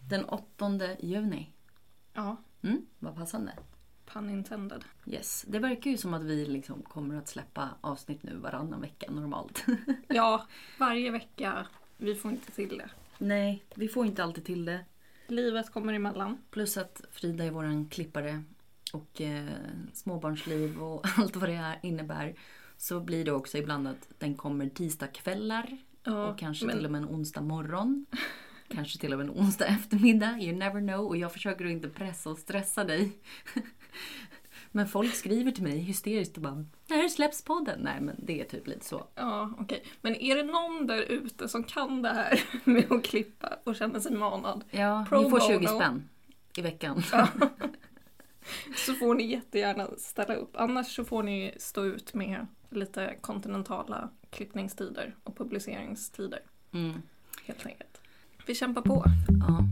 Den 8 juni. Ja. Vad passande. Pun intended. Yes. Det verkar ju som att vi liksom kommer att släppa avsnitt nu varannan vecka normalt. Ja, varje vecka. Vi får inte till det. Nej, vi får inte alltid till det. Livet kommer emellan. Plus att Frida är våran klippare och småbarnsliv och allt vad det innebär. Så blir det också ibland att den kommer tisdagskvällar. Ja, och kanske till och med en onsdag morgon. Kanske till och med en onsdag eftermiddag. You never know. Och jag försöker att inte pressa och stressa dig. Men folk skriver till mig hysteriskt och bara, när släpps podden? Nej, men det är typ lite så. Ja, okej. Men är det någon där ute som kan det här med att klippa och känner sig manad? Ja, Pro ni får 20 bono. spänn i veckan. Ja. Så får ni jättegärna ställa upp. Annars så får ni stå ut med lite kontinentala klippningstider och publiceringstider. Helt enkelt. Vi kämpar på. Ja.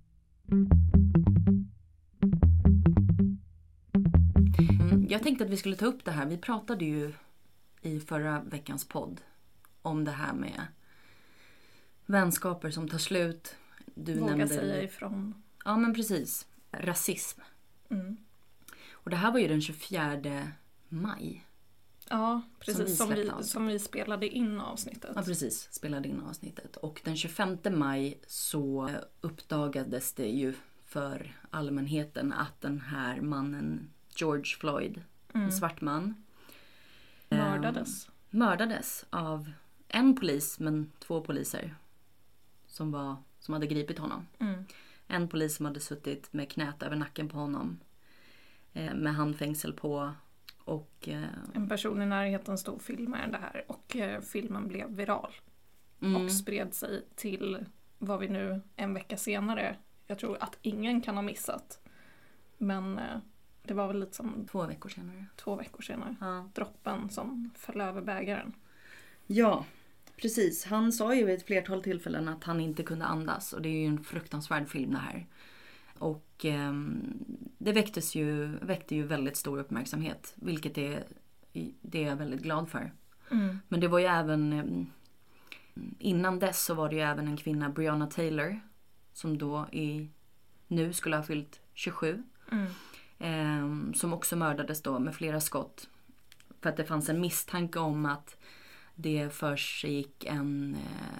Jag tänkte att vi skulle ta upp det här. Vi pratade ju i förra veckans podd om det här med vänskaper som tar slut. Du Våga nämnde säga ifrån. Ja, men precis. Rasism. Och det här var ju den 24 maj. Ja, precis. Som Som vi spelade in avsnittet. Ja, precis. Spelade in avsnittet. Och den 25 maj så uppdagades det ju för allmänheten att den här mannen, George Floyd, en svart man, mördades av en polis, men 2 poliser som hade gripit honom. En polis som hade suttit med knät över nacken på honom med handfängsel på. Och en person i närheten stod och filmade det här och filmen blev viral. Och spred sig till vad vi nu en vecka senare, jag tror att ingen kan ha missat. Men det var väl lite som 2 veckor senare. 2 veckor senare. Ja. Droppen som föll över bägaren. Ja, precis. Han sa ju vid ett flertal tillfällen att han inte kunde andas. Och det är ju en fruktansvärd film det här. Och det väckte ju väldigt stor uppmärksamhet. Vilket det är jag väldigt glad för. Men det var ju även... Innan dess så var det ju även en kvinna, Breonna Taylor. Som då nu skulle ha fyllt 27. Som också mördades då med flera skott. För att det fanns en misstanke om att det försiggick en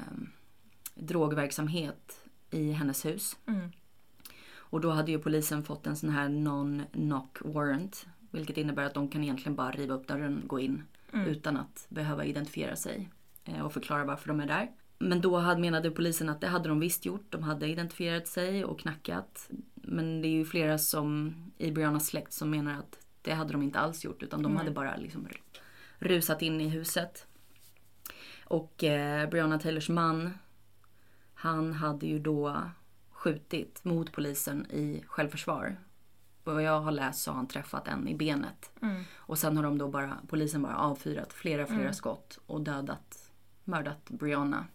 drogverksamhet i hennes hus. Och då hade ju polisen fått en sån här non-knock warrant. Vilket innebär att de kan egentligen bara riva upp dörren och gå in. Utan att behöva identifiera sig. Och förklara varför de är där. Men då menade polisen att det hade de visst gjort. De hade identifierat sig och knackat. Men det är ju flera som i Breonnas släkt som menar att det hade de inte alls gjort. Utan de hade bara liksom rusat in i huset. Och Breonna Taylors man, han hade ju då skjutit mot polisen i självförsvar. Vad jag har läst så har han träffat en i benet. Och sen har polisen bara avfyrat flera skott och mördat Breonna.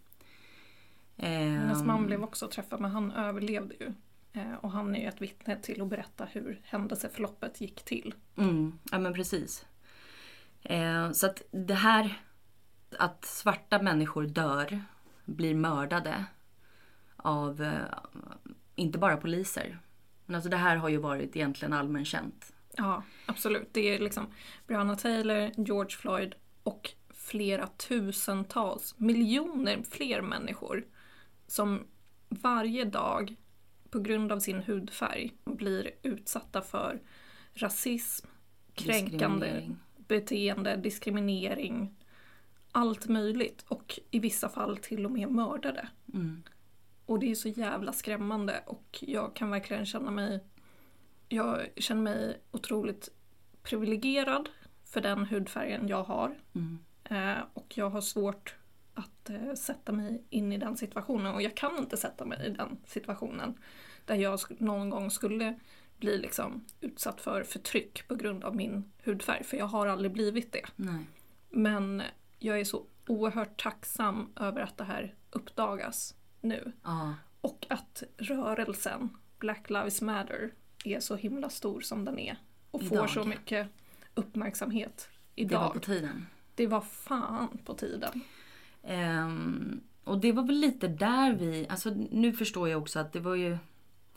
Hennes man blev också träffad, men han överlevde ju. Och han är ju ett vittne till att berätta hur händelseförloppet gick till. Ja, men precis. Så att det här, att svarta människor blir mördade av inte bara poliser. Men alltså det här har ju varit egentligen allmänkänt. Ja, absolut. Det är liksom Breonna Taylor, George Floyd och flera tusentals, miljoner fler människor som varje dag på grund av sin hudfärg blir utsatta för rasism, kränkande beteende, diskriminering, allt möjligt och i vissa fall till och med mördade. Och det är så jävla skrämmande och jag kan verkligen jag känner mig otroligt privilegierad för den hudfärgen jag har. Och jag har svårt att sätta mig in i den situationen. Och jag kan inte sätta mig i den situationen där jag någon gång skulle bli liksom utsatt för förtryck på grund av min hudfärg. För jag har aldrig blivit det. Nej. Men jag är så oerhört tacksam över att det här uppdagas nu. Och att rörelsen Black Lives Matter är så himla stor som den är. Och får så mycket uppmärksamhet idag. Det var på tiden. Det var fan på tiden. Och det var väl lite där alltså nu förstår jag också att det var ju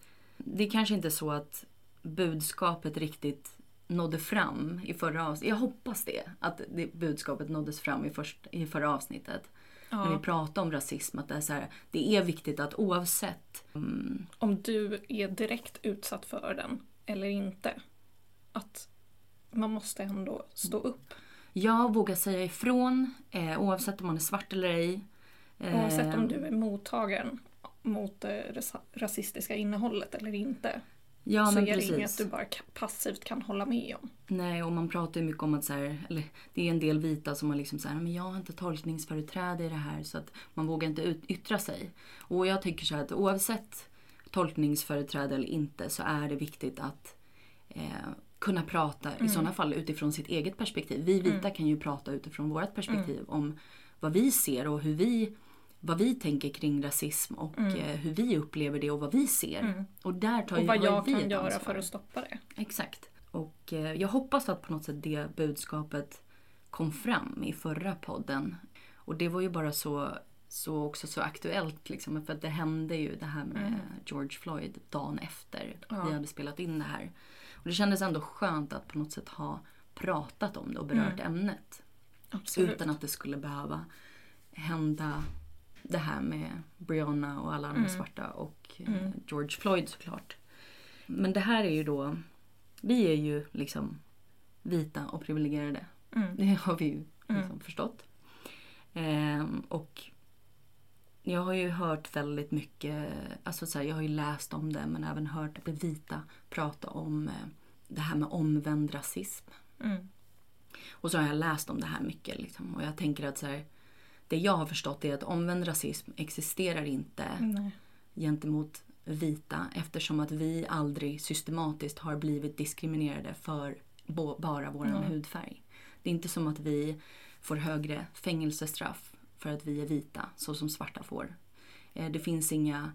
det är kanske inte så att budskapet riktigt nådde fram i förra avsnittet. Jag hoppas det. Att budskapet nåddes fram i förra avsnittet. Ja. När vi pratar om rasism. Att det är, så här, det är viktigt att oavsett... Om du är direkt utsatt för den eller inte. Att man måste ändå stå upp. Jag vågar säga ifrån. Oavsett om man är svart eller ej. Oavsett om du är mottagaren mot det rasistiska innehållet eller inte. Ja, så men är precis. det inget du bara passivt kan hålla med om. Nej, och man pratar ju mycket om att så här, eller det är en del vita som har liksom så här, men jag har inte tolkningsföreträde i det här så att man vågar inte yttra sig. Och jag tycker så här att oavsett tolkningsföreträde eller inte så är det viktigt att kunna prata i sådana fall utifrån sitt eget perspektiv. Vi vita kan ju prata utifrån vårt perspektiv om vad vi ser och vad vi tänker kring rasism och hur vi upplever det och vad vi ser. Och där tar och vad jag vi kan göra ansvar för att stoppa det. Exakt. Och jag hoppas att på något sätt det budskapet kom fram i förra podden. Och det var ju bara så aktuellt liksom. För att det hände ju det här med George Floyd dagen efter vi hade spelat in det här. Och det kändes ändå skönt att på något sätt ha pratat om det och berört ämnet. Absolut. Utan att det skulle behöva hända det här med Breonna och alla andra svarta och George Floyd såklart. Men det här är ju då, vi är ju liksom vita och privilegierade. Det har vi ju liksom förstått. Och jag har ju hört väldigt mycket, alltså så här, jag har ju läst om det men även hört vita prata om det här med omvänd rasism. Och så har jag läst om det här mycket liksom. Och jag tänker att så här, det jag har förstått är att omvänd rasism existerar inte gentemot vita eftersom att vi aldrig systematiskt har blivit diskriminerade för bara vår hudfärg. Det är inte som att vi får högre fängelsestraff för att vi är vita så som svarta får. Det finns inga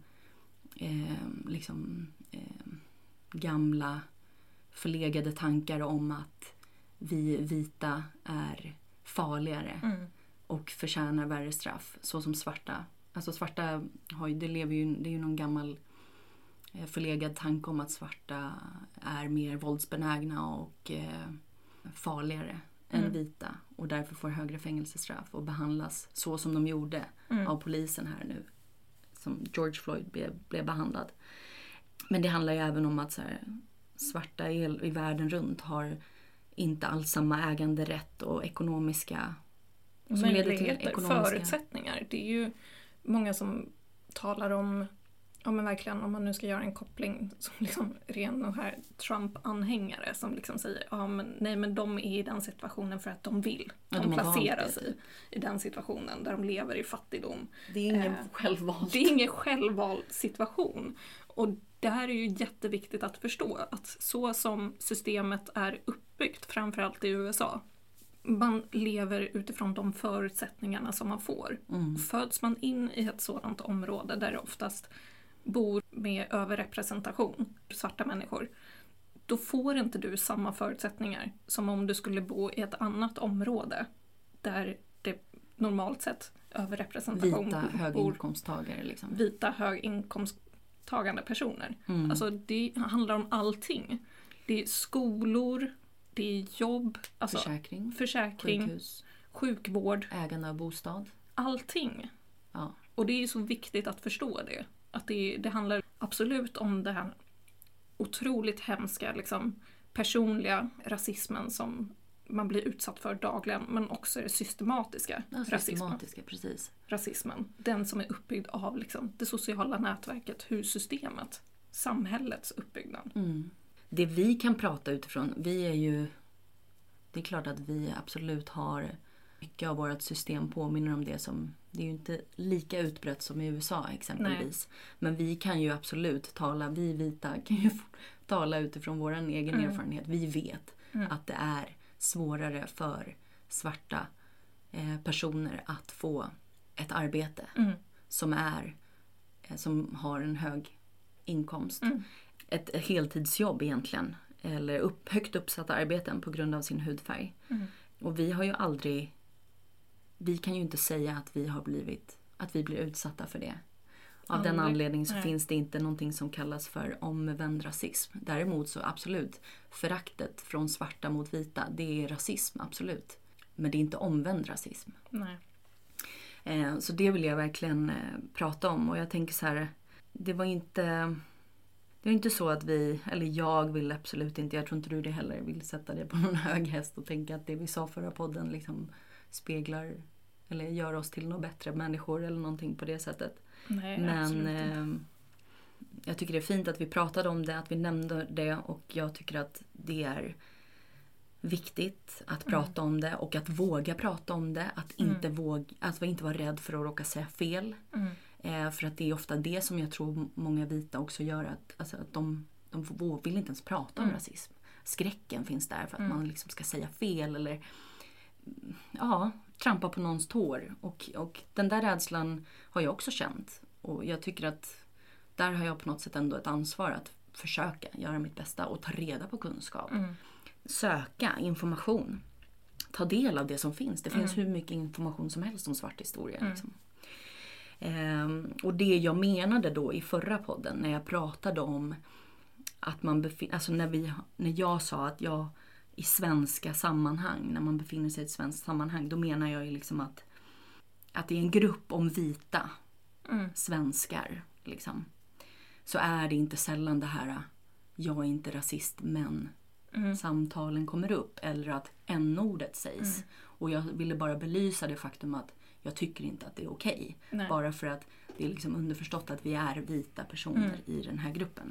gamla förlegade tankar om att vi vita är farligare och förtjänar värre straff så som svarta. Alltså svarta har ju, det är ju någon gammal förlegad tanke om att svarta är mer våldsbenägna och farligare än vita och därför får högre fängelsestraff och behandlas så som de gjorde av polisen här nu som George Floyd blev behandlad. Men det handlar ju även om att så här, svarta i världen runt har inte alls samma äganderätt och ekonomiska förutsättningar. Det är ju många som talar om, ja men verkligen om man nu ska göra en koppling som liksom ren och här Trump-anhängare som liksom säger men de är i den situationen för att de vill. De placerar sig i den situationen där de lever i fattigdom. Det är ingen självvald. Det är ingen självvald situation. Och det här är ju jätteviktigt att förstå att så som systemet är uppbyggt, framförallt i USA, man lever utifrån de förutsättningarna som man får. Föds man in i ett sådant område där det oftast bor med överrepresentation, svarta människor, då får inte du samma förutsättningar som om du skulle bo i ett annat område där det normalt sett överrepresentation vita höginkomsttagare liksom. Vita höginkomsttagande personer. Alltså det handlar om allting. Det är skolor, det är jobb, alltså försäkring, sjukhus, sjukvård, ägande av bostad. Allting. Ja. Och det är så viktigt att förstå det. Att det handlar absolut om det här otroligt hemska liksom, personliga rasismen som man blir utsatt för dagligen. Men också det systematiska rasismen. Den som är uppbyggd av liksom, det sociala nätverket, hussystemet, samhällets uppbyggnad. Det vi kan prata utifrån, det är klart att vi absolut har mycket av vårt system påminner om det som, det är ju inte lika utbrett som i USA exempelvis. Nej. Men vi kan ju absolut vi vita kan ju tala utifrån vår egen erfarenhet. Vi vet att det är svårare för svarta personer att få ett arbete som har en hög inkomst. Ett heltidsjobb egentligen. Eller högt uppsatta arbeten på grund av sin hudfärg. Och vi har ju aldrig... Vi kan ju inte säga att vi blir utsatta för det. Av den anledningen så finns det inte någonting som kallas för omvänd rasism. Däremot så absolut, föraktet från svarta mot vita, det är rasism, absolut. Men det är inte omvänd rasism. Nej. Så det vill jag verkligen prata om. Och jag tänker så här, det var inte så att jag vill absolut inte, jag tror inte du det heller, vill sätta det på någon hög häst och tänka att det vi sa förra podden liksom speglar eller gör oss till något bättre människor eller någonting på det sättet. Nej, men jag tycker det är fint att vi pratade om det, att vi nämnde det, och jag tycker att det är viktigt att prata om det och att våga prata om det, att inte vara rädd för att råka säga fel. För att det är ofta det som jag tror många vita också gör, att de vill inte ens prata om rasism. Skräcken finns där för att man liksom ska säga fel eller trampa på någons tår. Och den där rädslan har jag också känt. Och jag tycker att där har jag på något sätt ändå ett ansvar att försöka göra mitt bästa och ta reda på kunskap. Söka information. Ta del av det som finns. Det finns hur mycket information som helst om svart historia. Liksom. Och det jag menade då i förra podden när jag pratade om att man när jag sa att jag i svenska sammanhang, när man befinner sig i ett svenskt sammanhang, då menar jag ju liksom att det är en grupp om vita svenskar liksom. Så är det inte sällan det här, jag är inte rasist men samtalen kommer upp, eller att n-ordet sägs. Och jag ville bara belysa det faktum att jag tycker inte att det är okej. Bara för att det är liksom underförstått att vi är vita personer i den här gruppen.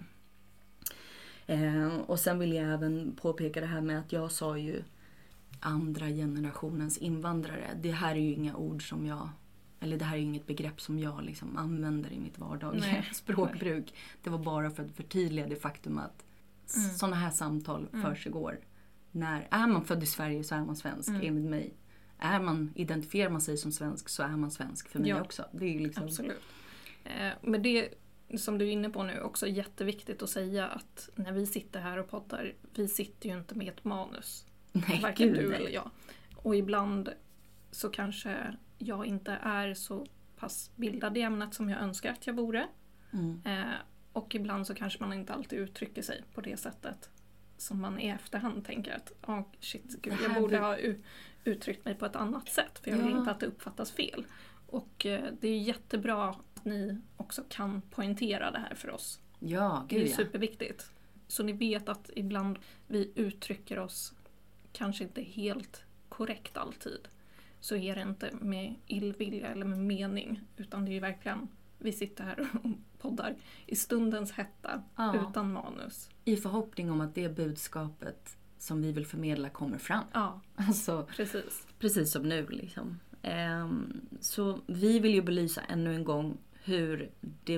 Och sen vill jag även påpeka det här med att jag sa ju andra generationens invandrare. Det här är ju inga ord som det här är ju inget begrepp som jag liksom använder i mitt vardagliga språkbruk. Det var bara för att förtydliga det faktum att sådana här samtal försiggår. Är man född i Sverige så är man svensk, enligt mig. Identifierar man sig som svensk så är man svensk för mig också. Det är ju liksom... Absolut. Men det som du är inne på nu är också jätteviktigt att säga att när vi sitter här och poddar, vi sitter ju inte med ett manus. Nej, varken du eller jag. Och ibland så kanske jag inte är så pass bildad i ämnet som jag önskar att jag vore. Och ibland så kanske man inte alltid uttrycker sig på det sättet som man i efterhand tänker att jag borde ha uttryckt mig på ett annat sätt, för jag vill inte att det uppfattas fel. Och det är jättebra att ni också kan poängtera det här för oss. Ja, det är superviktigt. Så ni vet att ibland vi uttrycker oss kanske inte helt korrekt alltid. Så är det inte med illvilja eller med mening, utan det är ju verkligen, vi sitter här och poddar i stundens hetta utan manus. I förhoppning om att det budskapet som vi vill förmedla kommer fram. Ja, alltså, precis som nu liksom. Så vi vill ju belysa ännu en gång hur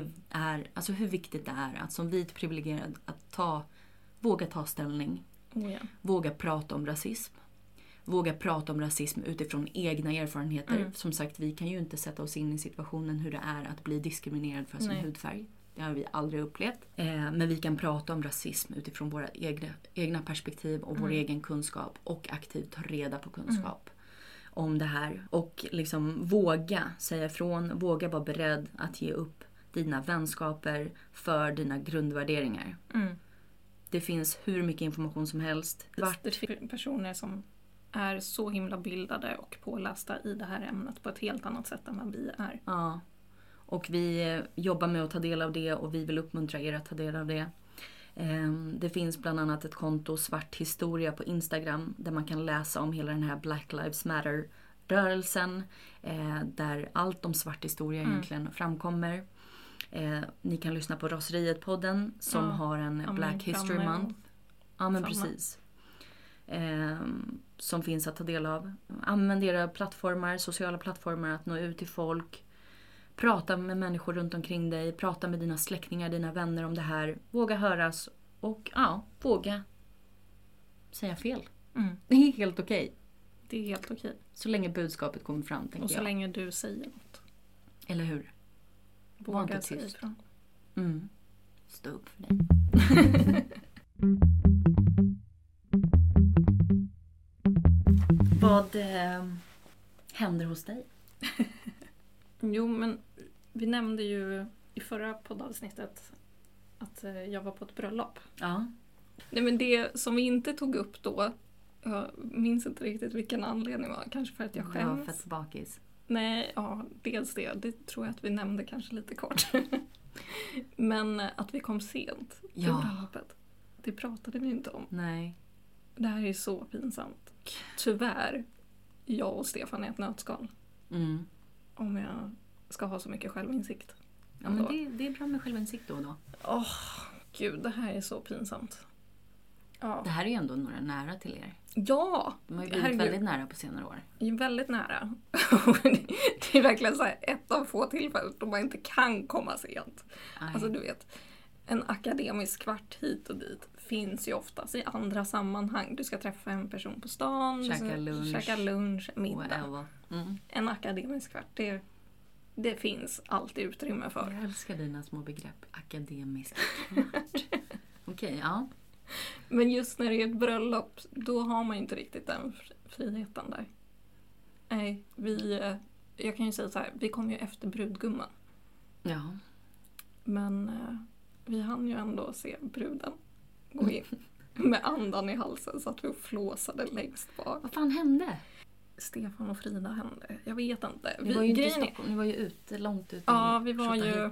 viktigt det är att som vit privilegierad att våga ta ställning. Våga prata om rasism. Våga prata om rasism utifrån egna erfarenheter. Som sagt, vi kan ju inte sätta oss in i situationen hur det är att bli diskriminerad för sin hudfärg. Det har vi aldrig upplevt. Men vi kan prata om rasism utifrån våra egna perspektiv och vår egen kunskap. Och aktivt ta reda på kunskap om det här. Och liksom våga säga ifrån. Våga vara beredd att ge upp dina vänskaper för dina grundvärderingar. Det finns hur mycket information som helst. Det finns personer som är så himla bildade och pålästa i det här ämnet på ett helt annat sätt än vad vi är. Ja, och vi jobbar med att ta del av det och vi vill uppmuntra er att ta del av det. Det finns bland annat ett konto Svart historia på Instagram där man kan läsa om hela den här Black Lives Matter-rörelsen där allt om svart historia egentligen framkommer. Ni kan lyssna på Raseriet-podden som har en Black History Month. Ja, men precis. Som finns att ta del av. Använd era plattformar, sociala plattformar att nå ut till folk. Prata med människor runt omkring dig. Prata med dina släktingar, dina vänner om det här. Våga höras och våga säga fel. Det är helt okej. Det är helt okej. Så länge budskapet kommer fram, tänker jag. Och så länge du säger något. Eller hur? Våga säga ifrån. Stå upp för dig. Vad händer hos dig? Jo, men vi nämnde ju i förra poddavsnittet att jag var på ett bröllop. Ja. Nej, men det som vi inte tog upp då, jag minns inte riktigt vilken anledning var. Kanske för att jag skäms. Du var fett bakis. Nej, ja, dels det. Det tror jag att vi nämnde kanske lite kort. Men att vi kom sent till bröllopet. Det pratade vi inte om. Nej. Det här är så pinsamt. Tyvärr, jag och Stefan är ett nötskal. Mm. Om jag ska ha så mycket självinsikt. Ja, men det är bra med självinsikt då och då. Gud, det här är så pinsamt. Ja. Det här är ju ändå några nära till er. Ja! De har ju blivit väldigt nära på senare år. Väldigt nära. Det är verkligen så här ett av få tillfällen då man inte kan komma sent. Aj. Alltså du vet, en akademisk kvart hit och dit finns ju oftast i andra sammanhang. Du ska träffa en person på stan, käka lunch, middag. En akademisk kvart, det finns alltid utrymme för. Jag älskar dina små begrepp. Akademisk kvart. Okej, ja. Men just när det är ett bröllop, då har man inte riktigt den friheten där. Nej, jag kan ju säga så här, vi kom ju efter brudgumman. Ja. Men vi hann ju ändå se bruden gå in med andan i halsen så att vi flåsade längst bak. Vad fan hände? Stefan och Frida hände. Jag vet inte. Ni var ju inte i Stockholm, ni var ju ute, långt ute. Ja, vi var ju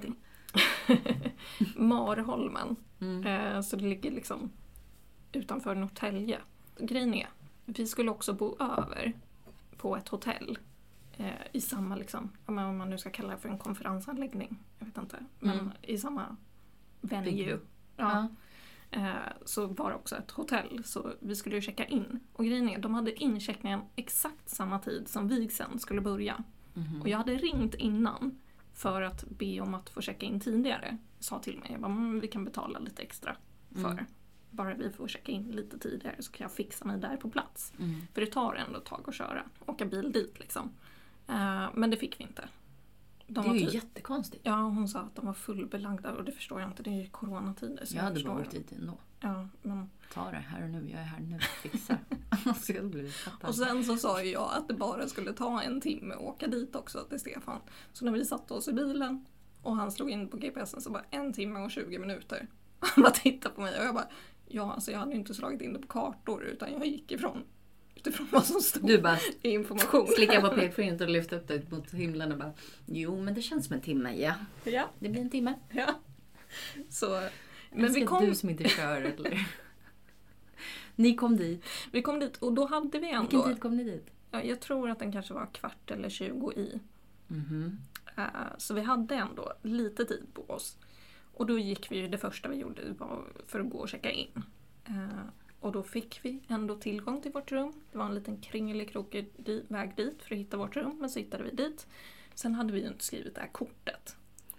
Marholmen. Så det ligger liksom utanför Norrtälje. Grejen är, vi skulle också bo över på ett hotell i samma liksom, om man nu ska kalla det för en konferensanläggning, jag vet inte, men i samma venue. Ja. Så var det också ett hotell, så vi skulle ju checka in. Och grejen är, de hade incheckningen exakt samma tid som vigseln skulle börja. Och jag hade ringt innan för att be om att få checka in tidigare. Sa till mig, jag bara, vi kan betala lite extra för bara vi får checka in lite tidigare så kan jag fixa mig där på plats. För det tar ändå ett tag att köra, åka bil dit liksom. Men det fick vi inte. Det är ju jättekonstigt. Ja, hon sa att de var fullbelagda och det förstår jag inte, det är ju coronatider. Jag hade bara åkt dit ändå. Ja, men... Ta det här och nu, jag är här nu, fixar. Och sen så sa ju jag att det bara skulle ta 1 timme att åka dit också till Stefan. Så när vi satt oss i bilen och han slog in på GPSen så bara 1 timme och 20 minuter. Han bara tittade på mig och jag bara, ja alltså jag hade ju inte slagit in det på kartor utan jag gick utifrån vad som stod du bara i information. Slicka på pekfingret och lyfta upp det mot himlen och bara, jo men det känns som 1 timme, ja. Det blir 1 timme. Ja. Så, men vi kom... du som inte kör eller... Ni kom dit. Vi kom dit och då hade vi ändå... Vilken tid kom ni dit? Ja, jag tror att den kanske var 15 eller 20 i. Så vi hade ändå lite tid på oss. Och då gick vi ju, det första vi gjorde var för att gå och checka in. Och då fick vi ändå tillgång till vårt rum. Det var en liten kringelikrokig väg dit för att hitta vårt rum. Men så hittade vi dit. Sen hade vi ju inte skrivit det här kortet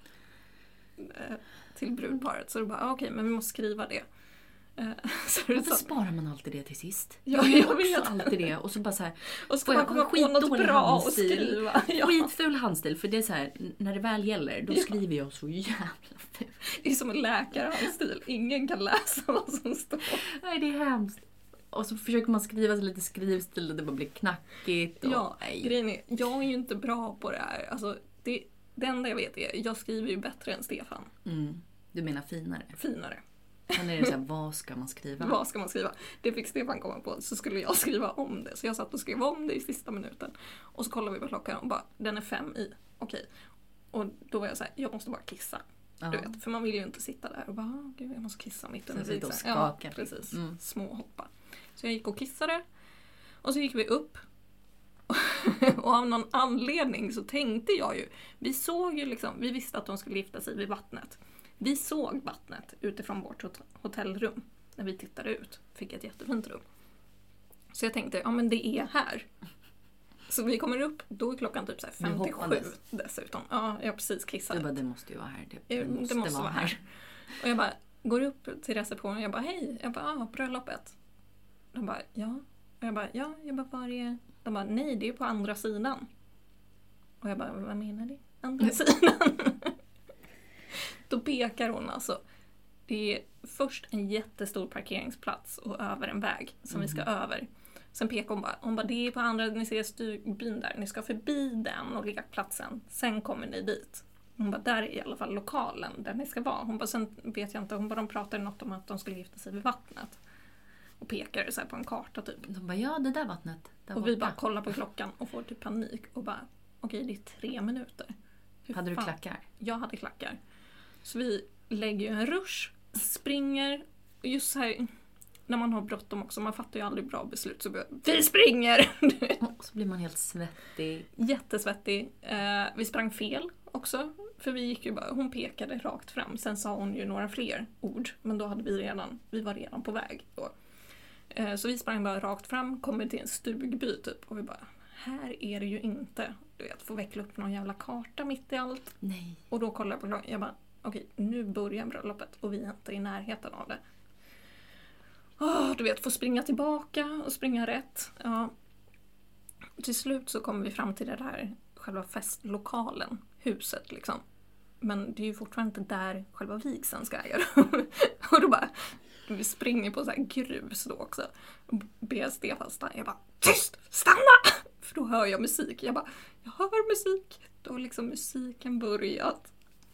till brudparet. Så då bara, okej, men vi måste skriva det. Varför sparar man alltid det till sist? Ja, jag vet alltid det. Och så bara så här, och så man komma på något bra att skriva. Ja. Skitful handstil. För det är så här, när det väl gäller, då skriver jag så jävla fult. Det är som en läkarhandstil. Ingen kan läsa vad som står. Nej, det är hemskt. Och så försöker man skriva så lite skrivstil och det bara blir knackigt. Och, ja, grejen är, jag är ju inte bra på det här. Alltså, det enda jag vet är, jag skriver ju bättre än Stefan. Du menar finare? Finare. Sen är det så här, vad ska man skriva? Vad ska man skriva? Det fick Stefan komma på, så skulle jag skriva om det. Så jag satt och skrev om det i sista minuten. Och så kollade vi på klockan och bara, den är 5 i. Okej. Och då var jag så här, jag måste bara kissa. Du vet, för man vill ju inte sitta där och bara, gud jag måste kissa mitt under vigseln. Ja, precis. Småhoppa. Så jag gick och kissade. Och så gick vi upp. Och av någon anledning så tänkte jag ju, vi såg ju liksom, vi visste att de skulle gifta sig vid vattnet. Vi såg vattnet utifrån vårt hotellrum när vi tittade ut. Fick ett jättefint rum. Så jag tänkte, ja men det är här. Så vi kommer upp, då är klockan typ så här 57 dessutom. Ja, jag har precis kissat. Du bara, det måste ju vara här. Det måste vara här. Och jag bara, går upp till receptionen och jag bara, hej. Jag bara, bröllopet. De bara, ja. Och jag bara, ja. Jag bara, var är... De bara, nej det är på andra sidan. Och jag bara, vad menar du? Andra sidan? Då pekar hon alltså. Det är först en jättestor parkeringsplats och över en väg som vi ska över. Sen pekar hon bara, det är på andra, ni ser stugbyn där. Ni ska förbi den och ligga platsen. Sen kommer ni dit. Hon bara, där är i alla fall lokalen där ni ska vara. Hon bara, sen vet jag inte, hon bara, de pratade något om att de skulle gifta sig vid vattnet. Och pekade så här på en karta typ. De bara, ja det där vattnet. Där och borta. vi bara kollar på klockan och får typ panik. Och bara, okej, det är 3 minuter. Hade du klackar? Jag hade klackar. Så vi lägger ju en rush, springer. Just så här, när man har bråttom också, man fattar ju aldrig bra beslut. Så vi springer! Och så blir man helt svettig. Jättesvettig. Vi sprang fel också. För vi gick ju bara, hon pekade rakt fram. Sen sa hon ju några fler ord. Men då hade vi var redan på väg då. Så vi sprang bara rakt fram, kommer till en stugby typ. Och vi bara, här är det ju inte. Du vet, få veckla upp någon jävla karta mitt i allt. Nej. Och då kollade jag på klockan. Jag bara, okej, nu börjar bröllopet. Och vi är inte i närheten av det. Du vet, få springa tillbaka och springa rätt. Ja. Till slut så kommer vi fram till det där själva festlokalen, huset liksom. Men det är ju fortfarande inte där själva vigseln ska äga. Och då bara, vi springer på så här grus då också. Och ber Stefan stanna. Jag bara, tyst, stanna! För då hör jag musik. Jag bara, jag hör musik. Då har liksom musiken börjat.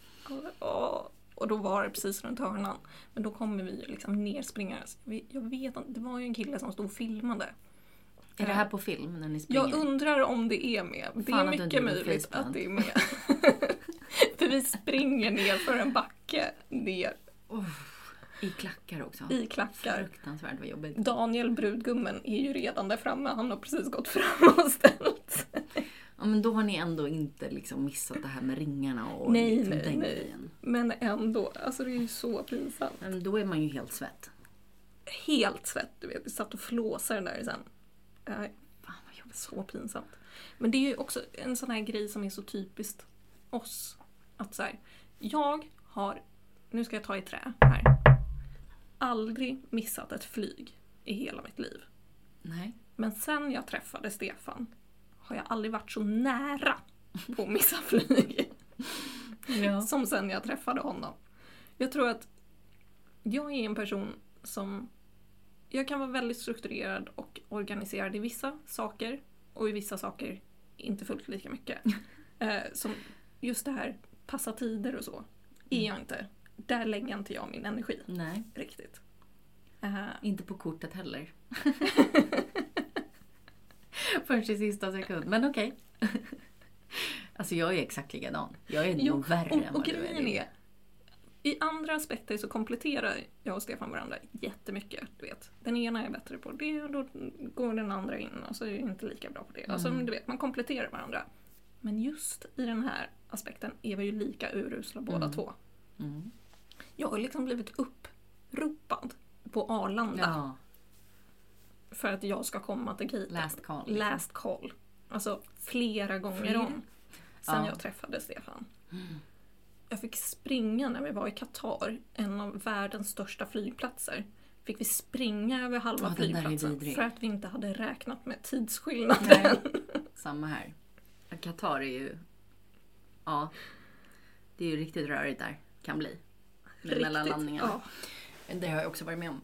Och då var det precis runt hörnan. Men då kommer vi liksom nerspringandes. Jag vet inte, det var ju en kille som stod och filmade. Är det här på film när ni springer? Jag undrar om det är med. Det är mycket möjligt att det är med. För vi springer ner för en backe ner. I klackar också. I klackar. Fruktansvärt vad jobbigt. Daniel, brudgummen, är ju redan där framme. Han har precis gått fram och ställt. Ja, men då har ni ändå inte liksom missat det här med ringarna och nej, liksom nej, den nej. grejen. Men ändå, alltså det är ju så pinsamt. Men då är man ju helt svett. Helt svett, du vet. Vi satt och flåsade där sen. Fan vad jobbigt. Så pinsamt. Men det är ju också en sån här grej som är så typiskt oss. Att så här, jag har, nu ska jag ta i trä här, aldrig missat ett flyg i hela mitt liv. Nej. Men sen jag träffade Stefan har jag aldrig varit så nära på att missa flyg. Ja. Som sen jag träffade honom. Jag tror att jag är en person som, jag kan vara väldigt strukturerad och organiserad i vissa saker. Och i vissa saker inte fullt lika mycket. Som just det här, passa tider och så. Är jag inte. Där lägger inte jag min energi. Nej. Riktigt. Inte på kortet heller. Först i sista sekund. Men okej. Alltså jag är exakt likadan. Jag är nog värre än vad du är. Grejen är, i andra aspekter så kompletterar jag och Stefan varandra jättemycket. Du vet. Den ena är bättre på det och då går den andra in och så är jag inte lika bra på det. Alltså du vet, man kompletterar varandra. Men just i den här aspekten är vi ju lika urusla båda två. Mm. Jag har liksom blivit uppropad på Arlanda. Ja. För att jag ska komma till gaten. Last call. Liksom. Last call. Alltså flera gånger om. Sen jag träffade Stefan. Mm. Jag fick springa när vi var i Qatar. En av världens största flygplatser. Fick vi springa över halva flygplatsen. För att vi inte hade räknat med tidsskillnaden. Nej. Samma här. Qatar är ju... Ja. Det är ju riktigt rörigt där. Kan bli. Med mellanlandningarna. Ja. Det har jag också varit med om.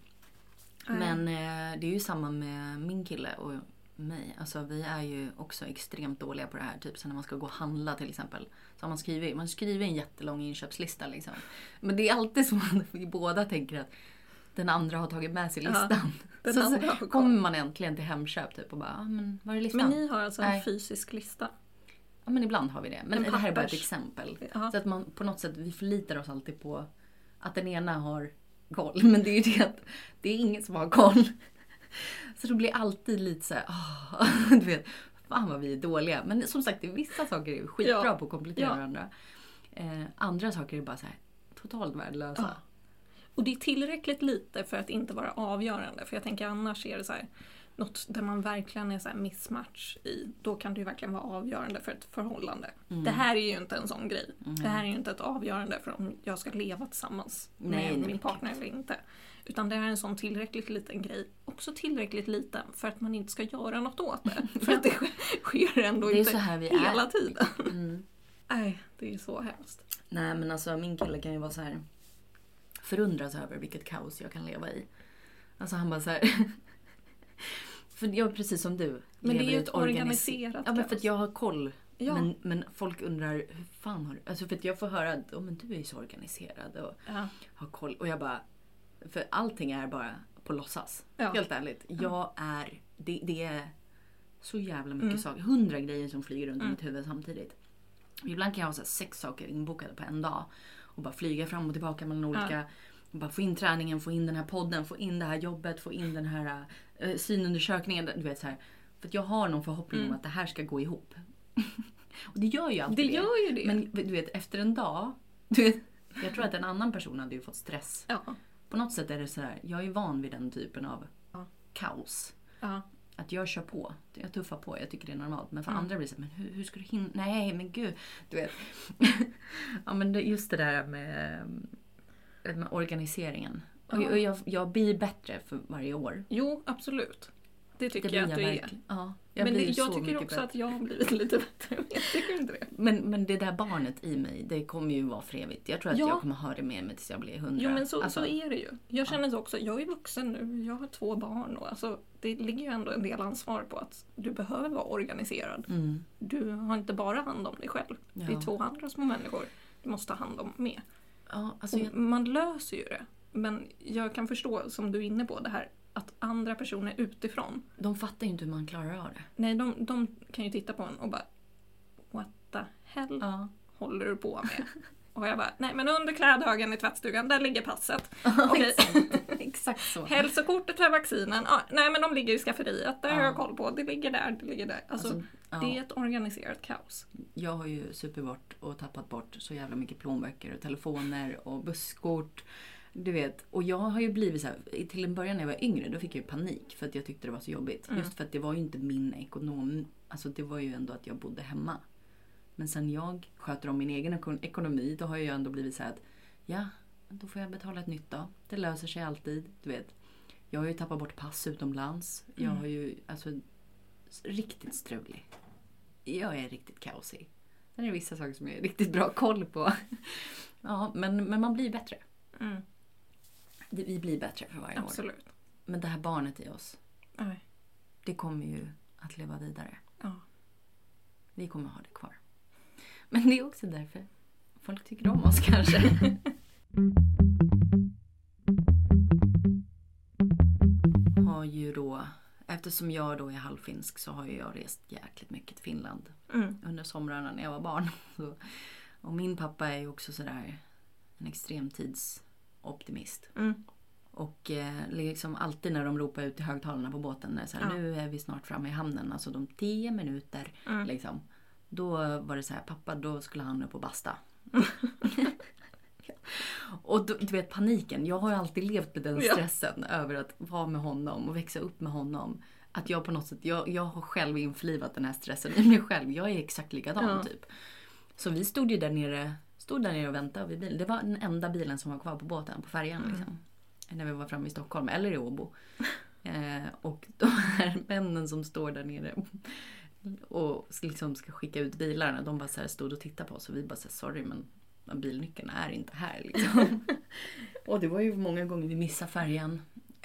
Men det är ju samma med min kille och mig. Alltså vi är ju också extremt dåliga på det här. Typ så när man ska gå och handla till exempel. Så man skriver en jättelång inköpslista liksom. Men det är alltid så att vi båda tänker att den andra har tagit med sig listan. Så kommer man äntligen till Hemköp typ och bara, men var är listan? Men ni har alltså en fysisk lista? Ja men ibland har vi det. Men det här är bara ett exempel. Så att man på något sätt, vi förlitar oss alltid på att den ena har koll. Men det är ju det att det är ingen som har koll. Så det blir alltid lite så här, du vet, fan vad vi är dåliga. Men som sagt, vissa saker är skitbra på att komplettera varandra. Andra saker är bara så här totalt värdelösa. Ja. Och det är tillräckligt lite för att inte vara avgörande. För jag tänker annars är det så här, något där man verkligen är så här mismatch i. Då kan det ju verkligen vara avgörande för ett förhållande. Mm. Det här är ju inte en sån grej. Det här är ju inte ett avgörande för om jag ska leva tillsammans med min partner eller inte. Utan det här är en sån tillräckligt liten grej. Också tillräckligt liten för att man inte ska göra något åt det. För att det sker ändå det är inte så här vi hela är. Tiden. Nej, det är så hemskt. Nej men alltså min kille kan ju vara så här, förundras över vilket kaos jag kan leva i. Alltså han bara så här. För jag är precis som du. Men det är ju ett organiserat ja, men för att jag har koll Ja. Men folk undrar, hur fan har du... Alltså för att jag får höra att men du är ju så organiserad och har koll. Och jag bara... För allting är bara på låtsas. Ja. Helt ärligt. Jag är... Det är så jävla mycket saker. 100 grejer som flyger runt i mitt huvud samtidigt. Ibland kan jag ha så här 6 saker inbokade på en dag. Och bara flyga fram och tillbaka mellan olika... Och bara få in träningen, få in den här podden, få in det här jobbet, få in den här synundersökningen. Du vet så här. För att jag har någon förhoppning om att det här ska gå ihop. Och det gör ju alltid det. Gör ju det. Men du vet, efter en dag... Du vet, jag tror att en annan person hade ju fått stress. Ja. På något sätt är det så här, jag är van vid den typen av kaos. Ja. Att jag kör på. Jag tuffar på. Jag tycker det är normalt. Men för andra blir det så här, men hur ska du hinna? Nej, men gud. Du vet. Ja, men just det där med organiseringen. Och jag blir bättre för varje år. Jo, absolut. Det tycker jag att du är. Ja, jag tycker också bättre. Att jag har blivit lite bättre. Jag tycker inte det. Men det där barnet i mig, det kommer ju vara för evigt. Jag tror att jag kommer ha det med mig tills jag blir 100. Jo, men så är det ju. Jag känner också, jag är vuxen nu. Jag har 2 barn. Och alltså, det ligger ju ändå en del ansvar på att du behöver vara organiserad. Du har inte bara hand om dig själv. Ja. Det är 2 andra små människor du måste ta hand om med. Ja, alltså man löser ju det. Men jag kan förstå, som du är inne på, det här att andra personer utifrån... De fattar ju inte hur man klarar av det. Nej, de kan ju titta på en och bara... What the hell håller du på med? Och jag bara, nej men under klädhögen i tvättstugan, där ligger passet. Okay. Exakt så. Hälsokortet för vaccinen, nej men de ligger i skafferiet, där har jag koll på. Det ligger där. Alltså det är ett organiserat kaos. Jag har ju super bort och tappat bort så jävla mycket plånböcker och telefoner och busskort. Du vet, och jag har ju blivit så här, till en början när jag var yngre, då fick jag ju panik för att jag tyckte det var så jobbigt. Just för att det var ju inte min ekonom, alltså det var ju ändå att jag bodde hemma. Men sen jag sköter om min egen ekonomi, då har jag ju ändå blivit så här att då får jag betala ett nytt då. Det löser sig alltid, du vet. Jag har ju tappat bort pass utomlands. Jag har ju, alltså, riktigt strulig. Jag är riktigt kaosig. Sen är det vissa saker som jag är riktigt bra koll på. Ja, men man blir bättre. Vi blir bättre för varje år. Absolut. Men det här barnet i oss, det kommer ju att leva vidare. Ja. Vi kommer ha det kvar. Men det är också därför folk tycker om oss kanske. Har ju då, eftersom jag då är halvfinsk, så har ju jag rest jäkligt mycket till Finland under somrarna när jag var barn. Så, och min pappa är ju också sådär en extremtidsoptimist. Och liksom alltid när de ropar ut i högtalarna på båten, när så här, nu är vi snart framme i hamnen, alltså de 10 minuter liksom. Då var det så här, pappa, då skulle han upp och basta. Och då, du vet paniken, jag har ju alltid levt med den stressen över att vara med honom och växa upp med honom. Att jag på något sätt, jag har själv inflivat den här stressen i mig själv. Jag är exakt likadan typ. Så vi stod där nere och väntade vid bilen. Det var den enda bilen som var kvar på båten, på färjan liksom. När vi var framme i Stockholm, eller i Åbo. Och de här männen som står där nere och liksom ska skicka ut bilarna, de bara så här stod och tittade på oss och vi bara så här, sorry men bilnyckeln är inte här liksom. Och det var ju många gånger vi missade färjan.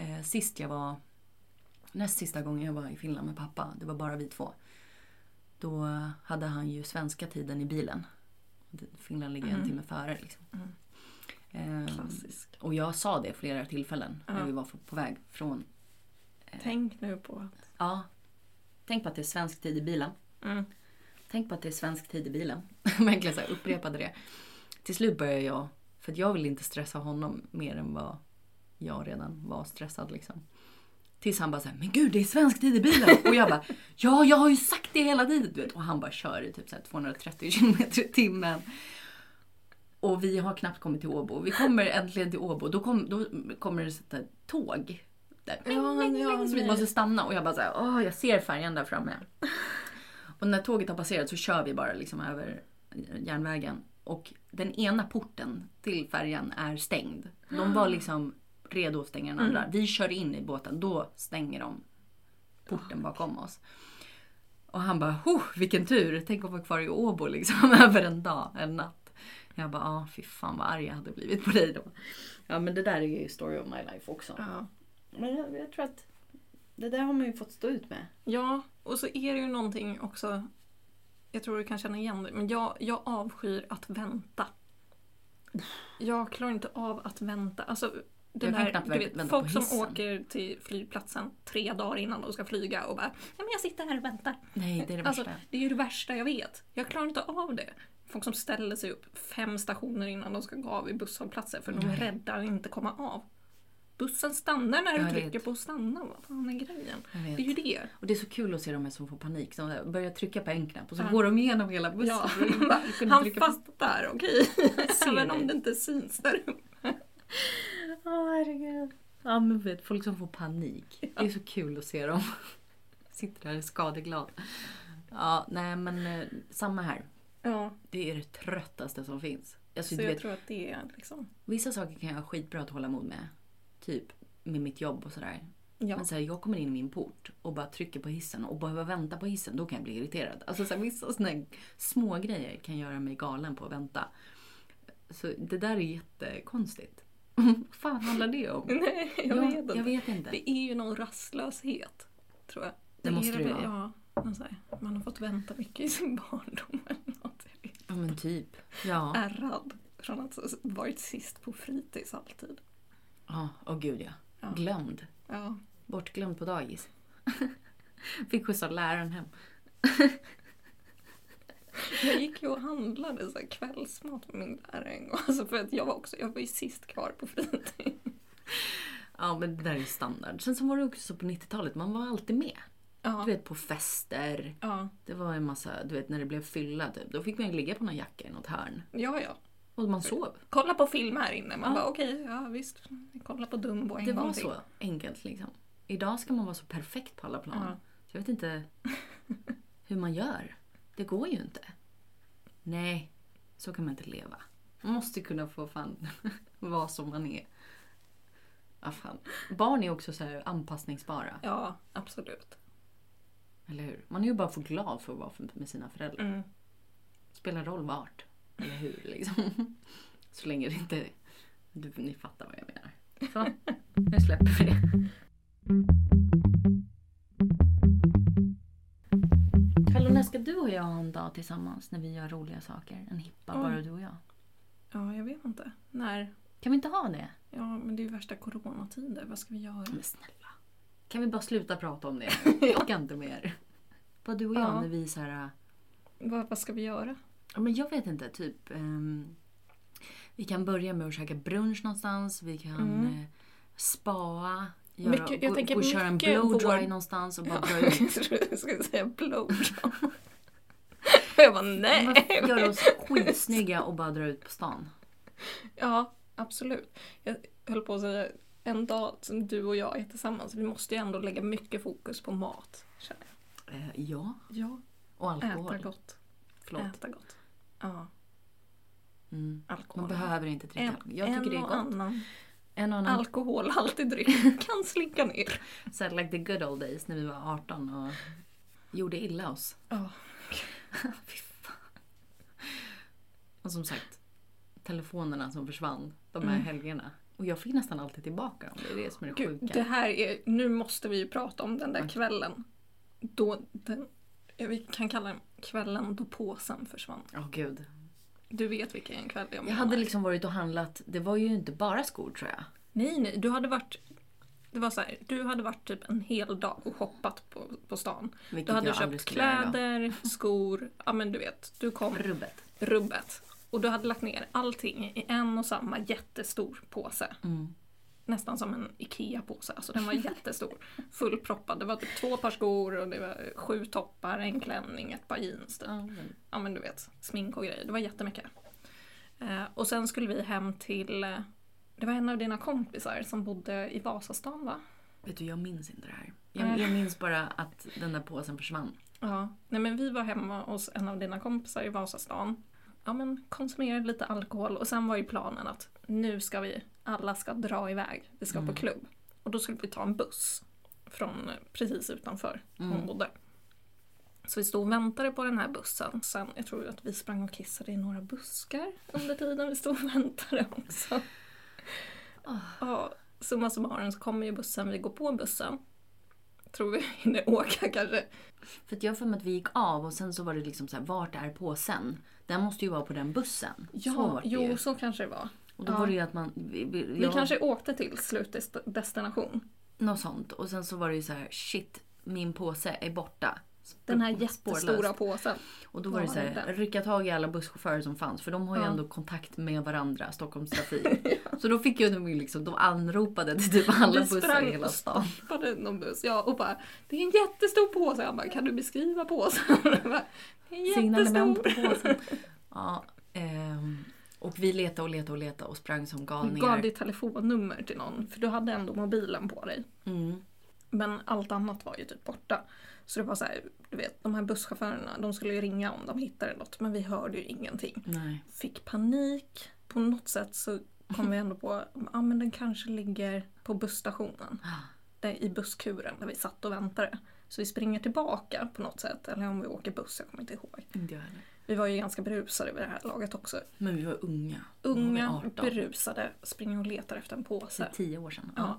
Näst sista gången jag var i Finland med pappa, det var bara vi 2. Då hade han ju svenska tiden i bilen. Finland ligger 1 timme före liksom. Klassisk. Och jag sa det flera tillfällen när vi var på väg från... Tänk nu på att... Ja. Tänk på att det är svensk tid i bilen. Tänk på att det är svensk tid i bilen. Verkligen så här, upprepade det. Till slut började jag... För att jag ville inte stressa honom mer än vad jag redan var stressad liksom. Tills han bara så här, men gud det är svensk tid i bilen. Och jag bara, ja jag har ju sagt det hela tiden. Du vet. Och han bara kör i typ så här 230 km/h. Och vi har knappt kommit till Åbo. Vi kommer äntligen till Åbo. Då kommer det sätta ett tåg. Där. Så vi måste stanna. Och jag bara så här, jag ser färjan där framme. Och när tåget har passerat så kör vi bara liksom över järnvägen. Och den ena porten till färjan är stängd. De var liksom redo att stänga den andra. Vi kör in i båten. Då stänger de porten bakom oss. Och han bara, vilken tur. Tänk att vara kvar i Åbo liksom över en natt. Jag bara, fy fan vad arg jag hade blivit på dig då. Ja, men det där är ju story of my life också. Ja. Men jag tror att det där har man ju fått stå ut med. Ja, och så är det ju någonting också. jag tror du kan känna igen det. Men jag avskyr att vänta. Jag klarar inte av att vänta. Alltså, den här, du vet, folk som åker till flygplatsen 3 dagar innan de ska flyga och bara, nej men jag sitter här och väntar. Nej, det är det alltså, värsta. det är ju det värsta jag vet. Jag klarar inte av det. Folk som ställer sig upp 5 stationer innan de ska gå av i busshållplatser för de är rädda att inte komma av. Bussen stannar när du trycker på stanna. Vad fan är grejen? Det är ju det. Och det är så kul att se de här som får panik. De börjar trycka på en knapp och så går de igenom hela bussen. Ja. Han fattar, okej. Även om det inte syns där uppe. Herregud. Ja, men vet, folk som får panik. Det är så kul att se dem. Sitter där skadeglad. Ja, nej men samma här. Ja. Det är det tröttaste som finns. Alltså, så jag tror att det är liksom... Vissa saker kan jag ha skitbra att hålla mod med. Typ med mitt jobb och sådär. Ja. Men så här, jag kommer in i min port och bara trycker på hissen och behöver vänta på hissen, då kan jag bli irriterad. Alltså så här, vissa sådana små grejer kan göra mig galen på att vänta. Så det där är jättekonstigt. Vad fan handlar det om? Nej, jag vet inte. Det är ju någon rastlöshet, tror jag. Det måste det vara. Ja, man har fått vänta mycket i sin barndom eller något. Ja, men typ. Ja. Ärrad från att ha varit sist på fritids alltid. Ja, gud ja. Glömd. Ja. Bortglömd på dagis. Fick skjuts av läraren hem. Jag gick ju och handlade så här kvällsmat med min lärare en gång. Alltså för att jag var ju sist kvar på fritid. Ja, men det där är ju standard. Sen så var det också så på 90-talet, man var alltid med. Ja. Du vet, på fester. Ja. Det var en massa, du vet, när det blev fylla typ. Då fick man ligga på någon jacka i något hörn. Ja, ja. Och man sov. Kolla på film här inne. Man bara okej, ja visst. Kolla på Dumbo en gång till. Det var så enkelt liksom. Idag ska man vara så perfekt på alla plan. Ja. Så jag vet inte hur man gör. Det går ju inte. Nej, så kan man inte leva. Man måste kunna få fan vara som man är. Ja, fan. Barn är också så här anpassningsbara. Ja, absolut. Eller hur? Man är ju bara för glad för att vara med sina föräldrar. Mm. Spelar roll vart. Eller hur liksom. Så länge det inte... ni fattar vad jag menar. Så, nu släpper vi det. Hallå, när ska du och jag ha en dag tillsammans när vi gör roliga saker? En hippa, bara du och jag. Ja, jag vet inte. När? Kan vi inte ha det? Ja, men det är ju värsta coronatider. Vad ska vi göra? Men snälla. Kan vi bara sluta prata om det? Jag orkar inte mer. Bara du och jag när vi så här... Vad ska vi göra? Ja, men jag vet inte. Typ... vi kan börja med att käka brunch någonstans. Vi kan spaa. Gå och köra en blowdry någonstans och bara dra ut. Jag skulle säga blowdry. Jag bara nej. Göra oss skitsnygga och bara dra ut på stan. Ja, absolut. Jag höll på att säga en dag som du och jag är tillsammans. Vi måste ju ändå lägga mycket fokus på mat, känner jag. Ja. Och alkohol. Äta gott. Förlåt. Äta gott. Ja. Alkohol. Man behöver inte dricka. Jag tycker det är gott. En och annan alkohol, alltid dryck. Kan slinka ner. Så like the good old days när vi var 18 och gjorde illa oss. Fy fan. Och som sagt, telefonerna som försvann de här helgerna. Och jag fick nästan alltid tillbaka dem. Det är det som är det sjuka. Det här är, nu måste vi ju prata om den där kvällen. Då vi kan kalla den kvällen då påsen försvann. Gud. Du vet vilken kväll jag menar. Jag hade liksom varit och handlat. Det var ju inte bara skor, tror jag. Nej. Du hade varit... Det var så här, du hade varit typ en hel dag och shoppat på stan. Vilket du hade köpt kläder, skor, ja men du vet. Du kom... Rubbet. Och du hade lagt ner allting i en och samma jättestor påse. Nästan som en Ikea-påse. Alltså den var jättestor. Fullproppad. Det var typ 2 par skor och det var 7 toppar, en klänning, ett par jeans. Typ. Ja men du vet, smink och grejer. Det var jättemycket. Och sen skulle vi hem till... Det var en av dina kompisar som bodde i Vasastan, va? Vet du, jag minns inte det här. Jag minns bara att den där påsen försvann. Ja, nej men vi var hemma hos en av dina kompisar i Vasastan. Ja men konsumerade lite alkohol och sen var ju planen att nu ska alla ska dra iväg. Vi ska på klubb. Och då skulle vi ta en buss från precis utanför hon bodde. Så vi stod och väntade på den här bussen. Sen, jag tror att vi sprang och kissade i några buskar under tiden vi stod och väntade också. Ja, summa summarum så kommer ju bussen, vi går på bussen. tror vi hinner åka kanske. För att jag har för mig att vi gick av och sen så var det liksom så här, vart är påsen? Den måste ju vara på den bussen. Ja, så var det ju. så kanske det var. Och då var det ju att man... Vi kanske åkte till slutdestination. Något sånt. Och sen så var det ju så här, shit, min påse är borta. Den här jättestora påsen. Och då var det så här, rycka tag i alla busschaufförer som fanns. För de har ju ändå kontakt med varandra, Stockholmstrafik. Så då fick jag liksom, de anropade till typ alla bussar i hela stan. Vi sprang någon buss, och bara, det är en jättestor påse. Jag bara, kan du beskriva påsen? Det är signalement på påsen. Ja, och vi letade och sprang som galningar. Gav ditt telefonnummer till någon, för du hade ändå mobilen på dig. Men allt annat var ju typ borta. Så det var så här, du vet, de här busschaufförerna, de skulle ju ringa om de hittade något, men vi hörde ju ingenting. Nej. Fick panik. På något sätt så kom vi ändå på, men den kanske ligger på busstationen. Där i busskuren där vi satt och väntade. Så vi springer tillbaka på något sätt, eller om vi åker buss, jag kommer inte ihåg. Vi var ju ganska berusade vid det här laget också. Men vi var unga. Unga, berusade, springer och letar efter en påse. För 10 år sedan. Ja.